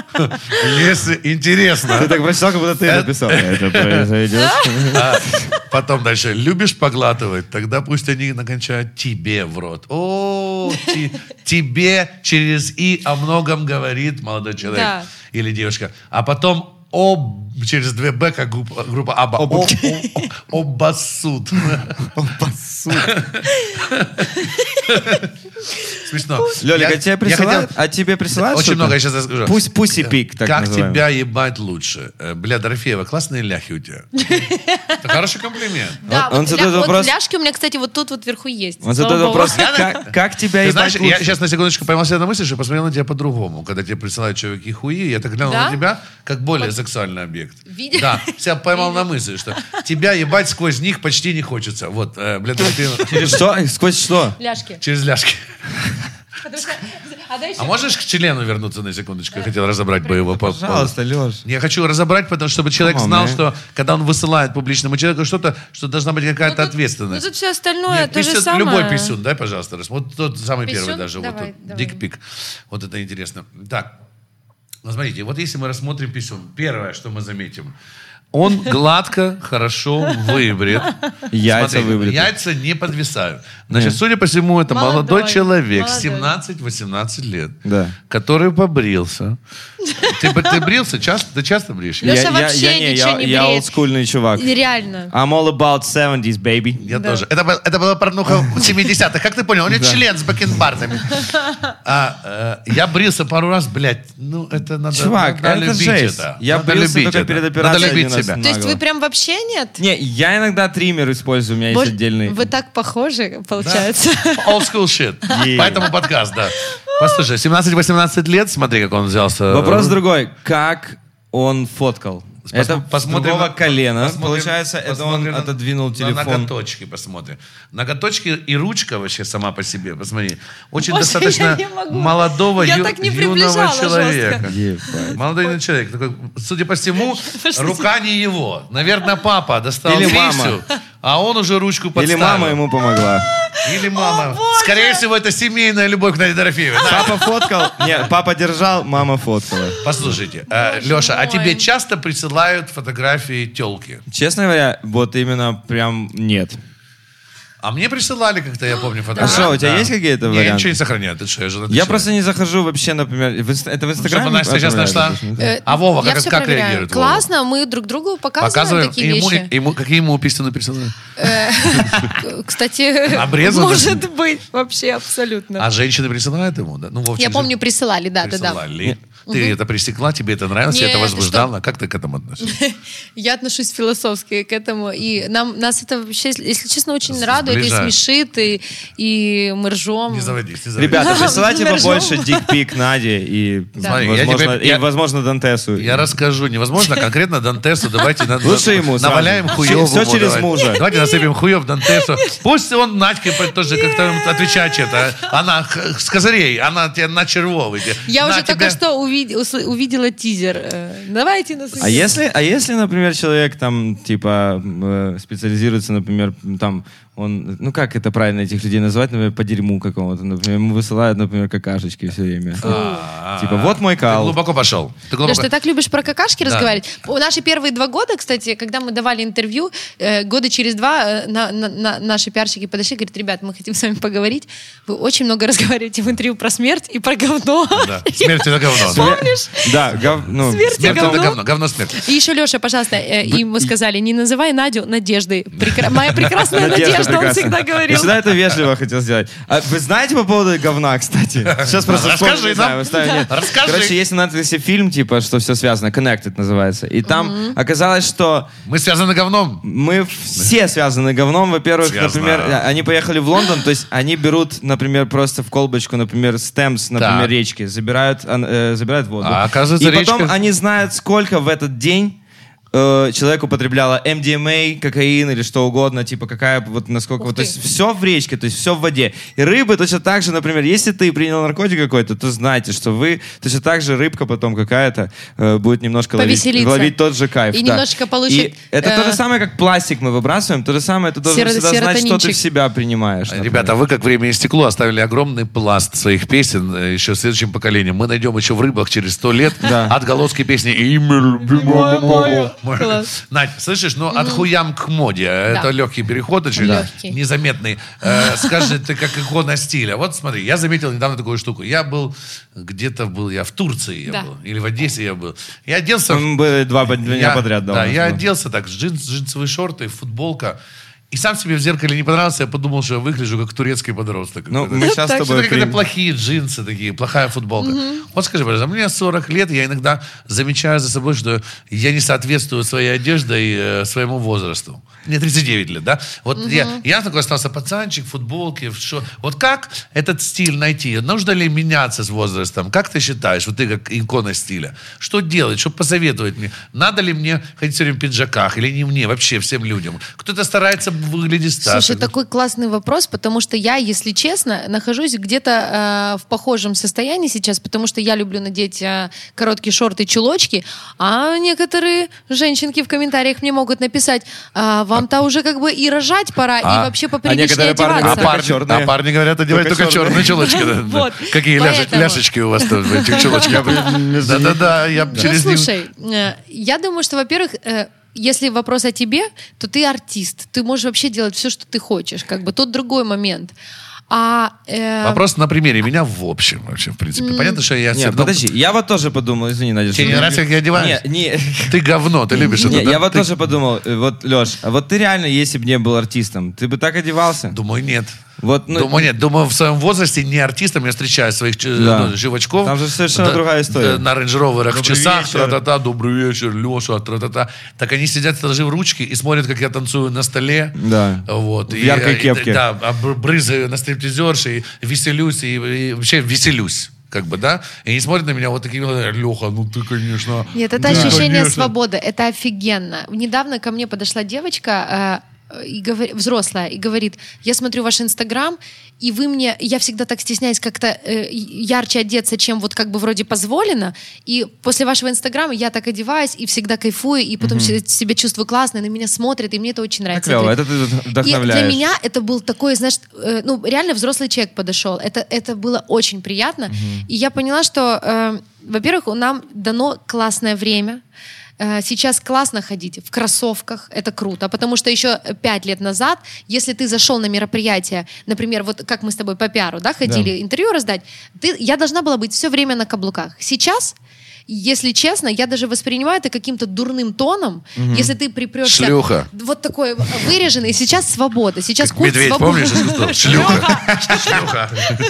Если интересно. Ты так прочитал, как будто ты написал. Это произойдет. Потом дальше. Любишь поглатывать? Тогда пусть они накончают тебе в рот. Тебе через «и» о многом говорит молодой человек Да. или девушка. А потом через 2 «б», как группа «Абба». Обоссут. Смешно. Лёлик, а тебе присылают? хотел- А тебе присылают Очень что-то? много, я сейчас расскажу. Пусть пик, так Как называемый. тебя ебать лучше? Бля, Дорофеева, классные ляхи у тебя. Это хороший комплимент. Да, Он вот, задает вот вопрос- ляжки у меня, кстати, вот тут вот вверху есть. Он Слава задает богу. вопрос, как тебя Ты ебать знаешь, лучше? я сейчас на секундочку поймал себя на мысли, что посмотрел на тебя по-другому. Когда тебе присылают человеки хуи, я так глянул Да? на тебя, как более сексуальный объект. Видел? Да, себя поймал на мысли, что тебя ебать сквозь них почти не хочется. Вот, бля, Дорофеева, Что? Сквозь что? Ляжки. через ляжки. Потому что- дальше- А можешь к члену вернуться на секундочку? Я хотел разобрать бы его. Пожалуйста, Лёш. Я хочу разобрать, потому что чтобы человек Come on, знал, man. что когда он высылает публичному человеку что-то, что должна быть какая-то Ну, тут ответственность. все остальное Нет, то же писюн, самое. любой писюн, дай, пожалуйста. Вот тот самый Писюн? первый даже. Давай, вот давай. дикпик. Вот это интересно. Так, ну, смотрите, вот если мы рассмотрим писюн, первое, что мы заметим, он гладко, хорошо выбрит. Яйца Смотри, выбриты. Яйца не подвисают. Значит, судя по всему, это Молодой, молодой человек, молодой. 17-18 лет, Да. который побрился. Ты брился? Ты часто бришь? Лёша вообще ничего не я бреет. олдскульный чувак. Реально. I'm all about 70s, baby. Я тоже. Это была порнуха 70-х. Как ты понял? У него член с бакенбардами. Я брился пару раз, блядь. Ну, это надо, Чувак, надо это любить жесть. это. Я Надо брился любить только это. перед Надо операцией любить один раз. себя. То есть Нагло. вы прям вообще нет? Не, я иногда триммер использую, у меня есть Может, отдельный. Вы так похожи, получается. Old school shit. Yeah. Поэтому подкаст, да. Послушай, 17-18 лет, смотри, как он взялся. Вопрос другой. Как он фоткал? Это Посмотрим с другого на- колена. посмотрим- Получается, это он посмотрим на- отодвинул на телефон. ноготочки посмотрим. Ноготочки и ручка вообще сама по себе, посмотри. Очень Боже, достаточно я не могу. молодого Я так не юного приближала человека. Ебать. Молодой юный человек. Такой, судя по всему, рука не его. Наверное, папа достал Или писю, мама. а он уже ручку подставил. Или мама ему помогла. Или мама. Скорее всего, это семейная любовь к Наде Дорофеевой. Да. Папа фоткал. Нет, папа держал, мама фоткала. Послушайте, Леша, а мой. тебе часто присылают фотографии тёлки? Честно говоря, вот именно прям нет. А мне присылали как-то, я помню, А фотографии. что, у тебя Да. есть какие-то Не, я варианты? ничего не сохраняю. Ты что, я женатый Я человек. просто не захожу вообще, например, это в Инстаграме. Чтобы Настя сейчас нашла. А Вова, Я как всё проверяю. реагирует Вова? Классно, мы друг другу показываем такие ему, вещи. какие ему писаны присылают? Кстати, Обрезаны? может быть, вообще абсолютно. А женщины присылают ему? Да? Ну, Вовчик Я же помню, присылали, да. присылали. Ты это пресекла, тебе это нравилось, Нет, это ты возбуждало? Как ты к этому относишься? Я отношусь философски к этому, и нас это вообще, если честно, очень радует, и Сближает. смешит, и мы ржем. Не заводись, не заводись. Ребята, присылайте Ржём. побольше дикпик Наде и, Смотри, я возможно, тебе- я- возможно, Дантесу. Я расскажу. Невозможно конкретно Дантесу. Давайте Лучше ему сразу. наваляем хуёвому. Всё через давайте. мужа. Давайте насыпем хуёв Дантесу. Пусть он Надьке тоже как-то отвечает что-то. Она с козырей, она тебе на червовый. Я На уже только тебя- что увидела тизер. Давайте нас. А если, например, человек там, типа, специализируется, например, там, он, ну как это правильно этих людей называть, например, по дерьму какому-то, например, ему высылают, например, какашечки все время. Типа, вот мой Ты кал. глубоко пошел. Ты глубоко- Леш, ты так любишь про какашки Да. разговаривать. Наши первые 2 года, кстати, когда мы давали интервью, года через 2 наши пиарщики подошли и говорят: ребят, мы хотим с вами поговорить. Вы очень много разговариваете в интервью про смерть и про говно. Да. Смерть это говно. Помнишь? Да, ну, Смерть и Смерть это говно. говно. Говно смерть. И еще, Леша, пожалуйста, ему сказали: не называй Надю Надеждой. Моя прекрасная Надежда, он прекрасна. всегда Я говорил. всегда это вежливо хотел сделать. А вы знаете по поводу говна, кстати? Сейчас просто Расскажи вспомнил, не нам. знаю, мы ставим, нет. Расскажи. Короче, есть на Netflix фильм, типа, что все связано, Connected называется. И там оказалось, что Мы связаны говном. мы все связаны говном. Во-первых, Связано. например, они поехали в Лондон, то есть они берут, например, просто в колбочку, например, стемс, например, Так. речки, забирают воду. А оказывается, И потом речка- они знают, сколько в этот день человек употребляла MDMA, кокаин или что угодно, типа какая вот насколько Ух вот, то ты. есть все в речке, то есть все в воде. И рыбы точно так же, например, если ты принял наркотик какой-то, то знайте, что вы точно так же рыбка потом какая-то будет немножко Повеселиться. ловить тот же кайф. И да. немножечко получит, И это то же самое, как пластик мы выбрасываем, то же самое, ты должен всегда знать, что ты серотонинчик. в себя принимаешь. например. Ребята, вы, как «Время и стекло», оставили огромный пласт своих песен еще следующим поколением. Мы найдем еще в «Рыбах» через 100 лет Да. отголоски песни «Имя любимого моего». Класс. Надь, слышишь, ну от хуям к моде. Это легкий переход очень Легкий. незаметный. Скажи, ты как икона стиля. Вот смотри, я заметил недавно такую штуку. Я был я в Турции Да. был, или в Одессе я был. Я оделся... Мы были 2 дня подряд. Да, я оделся так, джинсовые шорты, футболка. И сам себе в зеркале не понравился, я подумал, что я выгляжу как турецкий подросток. Ну, какой-то. мы сейчас с Так, Что-то тобой... какие-то плохие джинсы такие, плохая футболка. Вот скажи, пожалуйста, мне 40 лет, я иногда замечаю за собой, что я не соответствую своей одеждой своему возрасту. Мне 39 лет, да? Вот я такой остался пацанчик в футболке, Вот как этот стиль найти? Нужно ли меняться с возрастом? Как ты считаешь, вот ты как икона стиля, что делать, что посоветовать мне? Надо ли мне ходить все время в пиджаках или не мне, вообще всем людям? Кто-то старается выглядеть старше. Слушай, такой классный вопрос, потому что я, если честно, нахожусь где-то в похожем состоянии сейчас, потому что я люблю надеть короткие шорты, чулочки, а некоторые женщинки в комментариях мне могут написать, вам-то уже как бы и рожать пора, и вообще поприличнее некоторые парни одеваться. говорят, черные. парни говорят, одевать только черные чулочки. да. Вот. Какие Поэтому- ляшечки у вас в этих чулочках. Да-да-да, я Ну, через них... слушай, я думаю, что, во-первых, если вопрос о тебе, то ты артист. Ты можешь вообще делать все, что ты хочешь. Как бы тут другой момент. Вопрос на примере меня в общем, вообще, в принципе. Понятно, что я... Нет, подожди, я вот тоже подумал, извини, Надя. Тебе не что- нравится, как я одеваюсь? Не, Ты говно, ты любишь это, не, да? я вот Ты- тоже подумал, вот, Леш, а вот ты реально, если бы не был артистом, ты бы так одевался? Думаю, нет. Вот, ну, Думаю, нет. Думаю, в своем возрасте не артистом я встречаю своих Да. живачков. Там же совершенно другая история. На рейндж-роверах в Добрый часах, вечер. тра-та-та, добрый вечер, Леша, тра-та-та. Так они сидят, сложив ручки и смотрят, как я танцую на столе. Да. Вот. В яркой кепке. Да, брызгаю на стриптизерши, и веселюсь, и вообще веселюсь. Как бы, да? И они смотрят на меня вот такие, Леха, ну ты, конечно... Нет, это да, ощущение конечно». свободы, это офигенно. Недавно ко мне подошла девочка, взрослая, и говорит, я смотрю ваш Инстаграм, и вы мне, я всегда так стесняюсь как-то ярче одеться, чем вот как бы вроде позволено, и после вашего Инстаграма я так одеваюсь, и всегда кайфую, и потом себя чувствую классно, и на меня смотрят, и мне это очень нравится. клево, Говорит, это ты и вдохновляешь. для меня это был такой, знаешь, ну, реально взрослый человек подошел. Это было очень приятно. И я поняла, что, во-первых, нам дано классное время. Сейчас классно ходить в кроссовках, это круто, потому что еще 5 лет назад, если ты зашел на мероприятие, например, вот как мы с тобой по пиару, да, ходили интервью раздать, я должна была быть все время на каблуках. Сейчас, если честно, я даже воспринимаю это каким-то дурным тоном, если ты припрешься... Шлюха. Вот такой выреженный. Сейчас свобода, сейчас культ Медведь, свободы. помнишь, я сказал? Шлюха. Шлюха.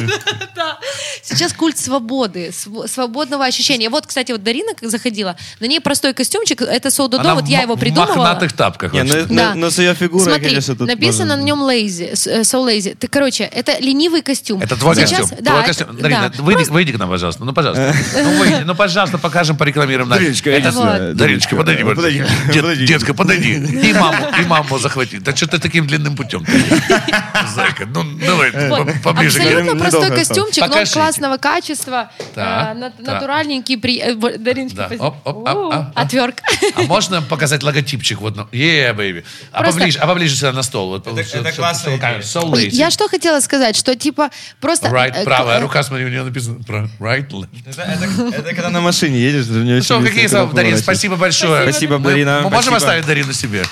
Да. Сейчас культ свободы, свободного ощущения. Вот, кстати, вот Дарина как заходила, на ней простой костюмчик, это соу-до-до, Она вот я его в придумывала. мохнатых тапках. Не, вообще. но с ее фигурой, Смотри, конечно, тут написано можно- на нем lazy, so lazy. Ты, короче, это ленивый костюм. Это твой Сейчас- костюм. Да, Твой это- костюм. Дарина, да. выйди к нам, пожалуйста. Ну, пожалуйста. Ну, выйди. Ну, пожалуйста, покажем, порекламируем. Надю. Дариночка, Это- иди сюда. Вот. Дариночка, подойди. Подойди. Подойди. Детка, подойди. И маму захвати. Да что ты таким длинным путем? Зайка, ну, давай, Вот. поближе. Абсолютно Недолго простой осталось. костюмчик, но он Покажите. классного качества, Так, натуральненький. Дариночка, Да. спасибо. Оп, Отвертка. А можно показать логотипчик? Вот, baby. А Просто- поближе сюда на стол. Вот, Это классная идея. So lazy. Я что хотела сказать, что типа просто... Right, правая рука, смотри, у нее написано right, left. Это когда на машине едешь, у нее Что, какие слова, Дарина, спасибо большое. Спасибо, Мы Дарина. можем Спасибо. оставить Дарину себе?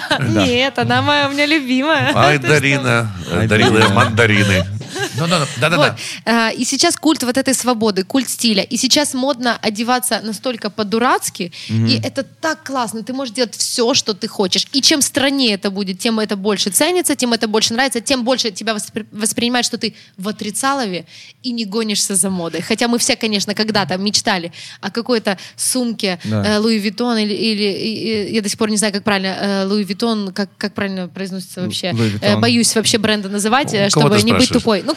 Нет, она моя, у меня любимая. Ай, Ты что? Дарина, дарила мандарины. Да-да-да. Вот. И сейчас культ вот этой свободы, культ стиля. И сейчас модно одеваться настолько по-дурацки. И это так классно. Ты можешь делать все, что ты хочешь. И чем страннее это будет, тем это больше ценится, тем это больше нравится, тем больше тебя воспринимают, что ты в отрицалове и не гонишься за модой. Хотя мы все, конечно, когда-то мечтали о какой-то сумке Да. Луи Виттон или я до сих пор не знаю, как правильно Луи Виттон, как правильно произносится вообще. Луи Виттон. Боюсь вообще бренда называть, У кого чтобы ты не быть спрашиваешь? тупой. Ну,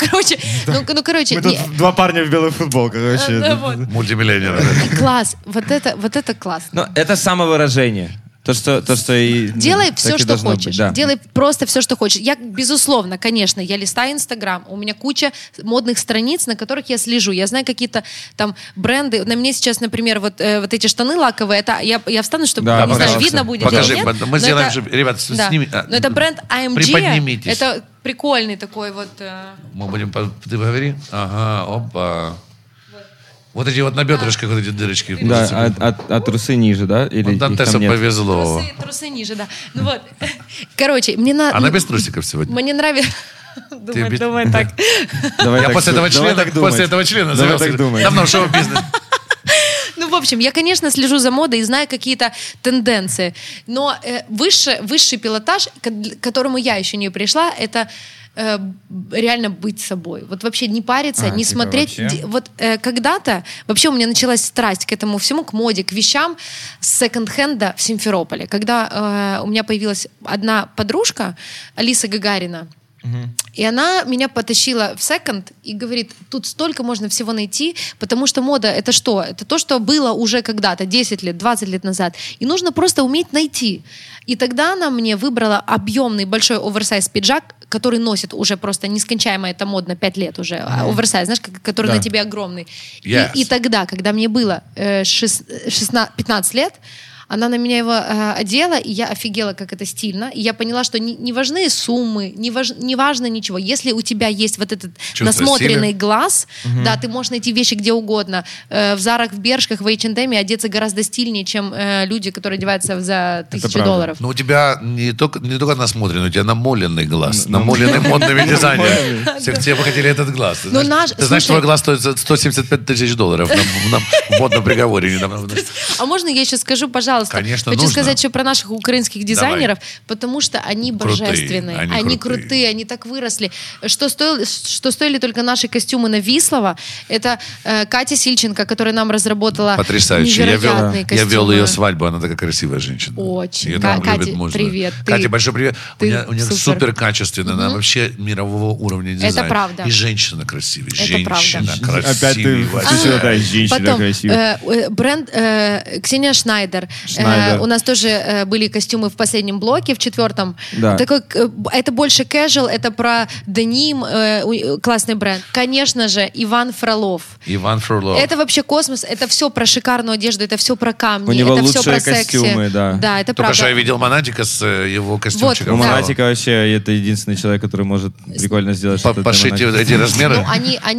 короче, Мы тут два парня в белых футболках вообще. да, вот. Мультимиллионер. Класс, вот это классно. Ну, это самовыражение. То, что и... Делай так все, и что должно хочешь. быть, да. Делай просто все, что хочешь. Я, безусловно, конечно, я листаю Инстаграм, у меня куча модных страниц, на которых я слежу. Я знаю какие-то там бренды. На мне сейчас, например, вот эти штаны лаковые, это я встану, чтобы, Да, не знаю, пожалуйста. видно будет Покажи, или нет. мы но сделаем, это- чтобы- ребят, да. сними. Но это бренд AMG. Приподнимитесь. Это прикольный такой вот... Мы будем... Ты говори. Ага, опа. Вот эти вот на бедрышках вот эти дырочки. Да, а трусы ниже, да? Или Вот их там Дантесу нет? повезло. Трусы ниже, да. Ну вот. Короче, мне надо... Она без трусиков сегодня. Мне нравится... Думай так. Давай Я так после ду- этого давай члена, так думать. после этого члена Давай завелся. так думать. Давно в шоу-бизнесе. Ну, в общем, я, конечно, слежу за модой и знаю какие-то тенденции. Но высший пилотаж, к которому я еще не пришла, это реально быть собой. Вот вообще не париться, не типа смотреть. вообще? Вот когда-то вообще у меня началась страсть к этому всему, к моде, к вещам с секонд-хенда в Симферополе. Когда у меня появилась одна подружка, Алиса Гагарина, и она меня потащила в секонд и говорит, тут столько можно всего найти, потому что мода — это что? Это то, что было уже когда-то, 10 лет, 20 лет назад. И нужно просто уметь найти. И тогда она мне выбрала объемный большой оверсайз пиджак, который носит уже просто нескончаемо, это модно, 5 лет уже. Оверсайз, знаешь, который Да. на тебе огромный. Yes. И тогда, когда мне было 15 лет, она на меня его одела, и я офигела, как это стильно. И я поняла, что не важны суммы, не важно ничего. Если у тебя есть вот этот Чувство насмотренный стиля. глаз, да, ты можешь найти вещи где угодно. В Зарах, в Бершках, в H&M одеться гораздо стильнее, чем люди, которые одеваются за $1000. Но у тебя не только насмотренный, у тебя намоленный глаз. Намоленный модными дизайнерами. Все бы хотели этот глаз. Ты Ну, знаешь, ты знаешь, твой глаз стоит за $175 тысяч на модном приговоре недавно. А можно я еще скажу, пожалуйста? Конечно, Хочу нужно. сказать еще про наших украинских дизайнеров, потому что они Крутые, божественные, они они крутые. крутые, они так выросли. Что стоили только наши костюмы на Вислово, это Катя Сильченко, которая нам разработала Потрясающе. невероятные Я вел костюмы. ее свадьбу, она такая красивая женщина. Очень. Ее там Катя, любит муж, да. привет. Катя, большой привет. У ты нее супер качественная, она вообще мирового уровня дизайн. правда. И женщина красивая. Это Женщина правда. Опять ты красивая. все да, женщина Потом красивая. бренд Ксения Шнайдер. Шнайдер. У нас тоже были костюмы в последнем блоке, в 4-м. Да. Такой, это больше casual, это про деним, классный бренд. Конечно же, Иван Фролов. Иван Фролов. Это вообще космос, это все про шикарную одежду, это все про камни, У него это все лучшие про секси. костюмы, да. Да, это Только правда. что я видел Монатика с его костюмчиком. Ну, да. Монатика вообще это единственный человек, который может прикольно сделать что-то для Пошить Монатика. эти размеры. Ну,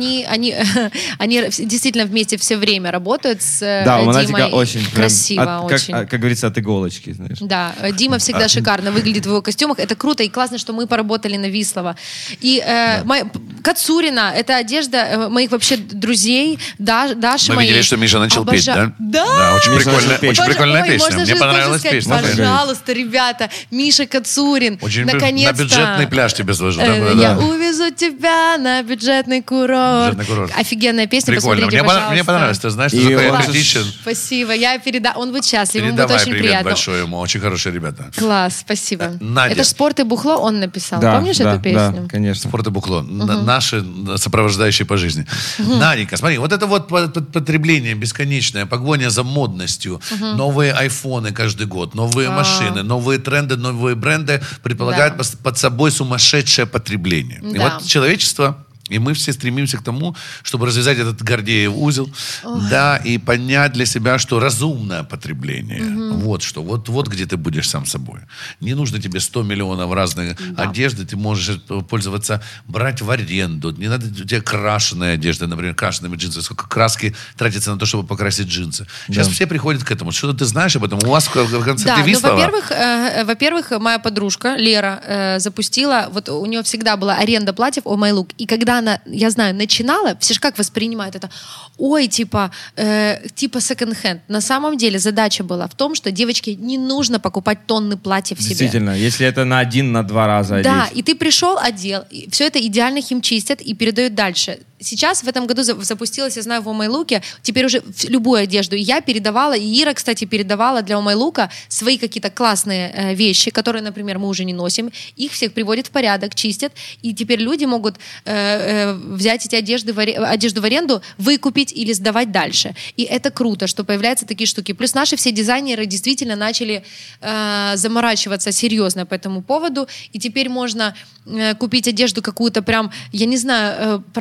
они действительно вместе все время работают с Да, у Монатика Димой. очень прям Красиво, очень. как говорится, от иголочки, знаешь. Да, Дима всегда шикарно выглядит в его костюмах. Это круто и классно, что мы поработали на Вислово. И Кацурина, это одежда моих вообще друзей, Даши Мы моей. видели, что Миша начал петь, да? Да! очень Миша прикольная, начал петь. очень прикольная Ой, песня. можно Мне же тоже понравилась сказать, песня. пожалуйста, ребята, Миша Кацурин, Очень наконец-то. на бюджетный пляж тебе свожу. да, Я да. увезу тебя на бюджетный курорт. Бюджетный курорт. Офигенная песня, Прикольно. посмотрите, пожалуйста. Мне понравилось. Ты знаешь, ты И такой он- критичен. Спасибо, я передам. Он будет счастлив, ему будет Передавай очень привет приятно. большой ему. Очень хорошие ребята. Класс, спасибо. Надя. Это ж «Спорт и бухло» он написал. Да, Помнишь да, эту песню? Да, конечно. Спорт и бухло. Наши сопровождающие по жизни. Наденька, смотри, вот это вот потребление бесконечное, погоня за модностью, новые айфоны каждый год, новые машины, новые тренды, новые бренды предполагают Да. под собой сумасшедшее потребление. И Да. вот человечество... И мы все стремимся к тому, чтобы развязать этот Гордеев узел, да, и понять для себя, что разумное потребление. Вот что. Вот где ты будешь сам собой. Не нужно тебе 100 миллионов разной одежды, ты можешь пользоваться, брать в аренду. Не надо тебе крашеная одежда, например, крашеными джинсами. Сколько краски тратится на то, чтобы покрасить джинсы. Сейчас все приходят к этому. Что ты знаешь об этом? У вас в концерте Да, ну, Вислова? во-первых, моя подружка Лера запустила, вот у нее всегда была аренда платьев о My Look, и когда она, я знаю, начинала, все же как воспринимают это? Ой, типа секонд-хенд. На самом деле задача была в том, что девочке не нужно покупать тонны платьев себе. Действительно, если это на 1-2 раза Да, одеть. и ты пришел, одел, и все это идеально химчистят и передают дальше. Сейчас в этом году запустилась, я знаю, в Омайлуке, теперь уже любую одежду. И я передавала, и Ира, кстати, передавала для Омайлука свои какие-то классные вещи, которые, например, мы уже не носим. Их всех приводят в порядок, чистят. И теперь люди могут взять эти одежду в аренду, выкупить или сдавать дальше. И это круто, что появляются такие штуки. Плюс наши все дизайнеры действительно начали заморачиваться серьезно по этому поводу. И теперь можно купить одежду какую-то прям, я не знаю правильно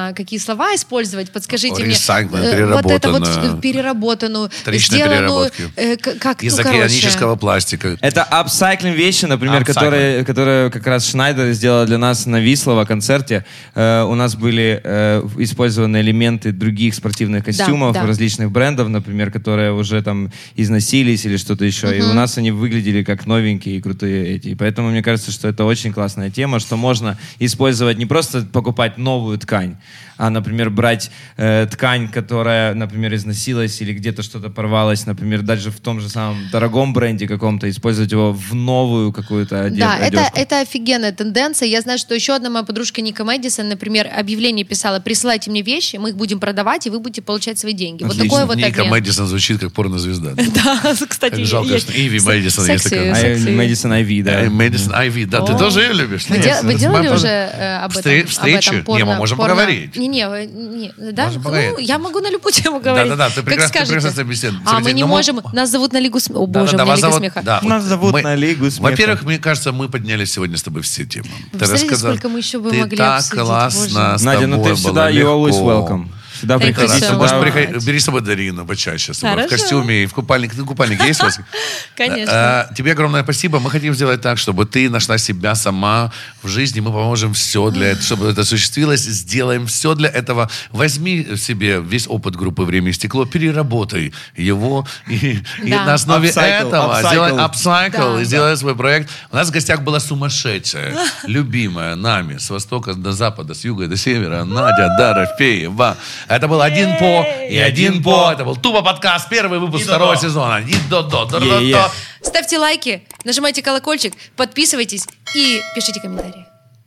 какие слова использовать, подскажите мне. Recycling, Вот это вот переработанную. переработанную, Вторичной сделанную, переработки. как, Из ну, короче. океанического пластика. Это апсайклинг вещи, например, которые как раз Шнайдер сделала для нас на Вислово концерте. У нас были использованы элементы других спортивных костюмов, да. различных брендов, например, которые уже там износились или что-то еще. И у нас они выглядели как новенькие и крутые эти. И поэтому мне кажется, что это очень классная тема, что можно использовать не просто покупать новую ткань, а, например, брать ткань, которая, например, износилась или где-то что-то порвалось, например, даже в том же самом дорогом бренде каком-то, использовать его в новую какую-то одежду. Да, это офигенная тенденция. Я знаю, что еще одна моя подружка Ника Мэдисон, например, объявление писала: присылайте мне вещи, мы их будем продавать, и вы будете получать свои деньги. Вот такой вот Ника обмен. Мэдисон звучит как порнозвезда. Да, кстати, Как жалко, есть. что Иви Мэдисон есть такая. Секси. Мэдисон Айви, да. Мэдисон Айви, да, ты тоже ее любишь? Вы делали уже об этом? Встречу? Об этом Не, мы можем поговорить. Не, да? Можем поговорить. Ну, я могу на любую тему говорить. Да-да-да, ты Как прекрасно скажете. собеседуешь. А мы не можем. Нас зовут на Лигу смеха. О, боже, у меня Лига смеха. Нас зовут на Лигу смеха. Во-первых, мне кажется, мы подняли сегодня с тобой все темы. Вы представляете, сколько мы еще бы могли обсудить? Ты так классно, с Надя, ну ты тобой всегда, было you always легко. welcome. Всегда Thank you приходи so сюда. much. Можешь бери с собой Дарину почаще, с собой, в Хорошо. костюме и в купальнике. Ты купальник есть у вас? Конечно. Тебе огромное спасибо. Мы хотим сделать так, чтобы ты нашла себя сама в жизни. Мы поможем все для этого, чтобы это осуществилось. Сделаем все для этого. Возьми себе весь опыт группы «Время и стекло», переработай его и Да. на основе Upcycle, этого upcycle. сделай апсайкл Да. и сделай свой проект. У нас в гостях была сумасшедшая, любимая нами с востока до запада, с юга до севера Надя Дорофеева. Это был «Один по» и «Один по». Это был Тупо подкаст, первый выпуск второго сезона. И до. Е-е. Ставьте лайки, нажимайте колокольчик, подписывайтесь и пишите комментарии.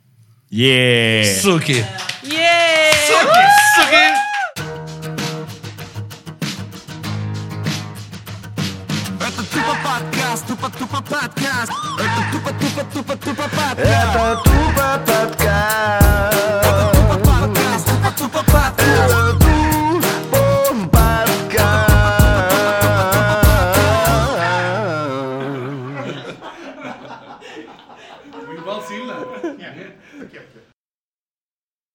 Yeah. Суки. Е-е-е! Суки. Это тупо подкаст, тупо подкаст. Это тупо подкаст. Это тупо подкаст.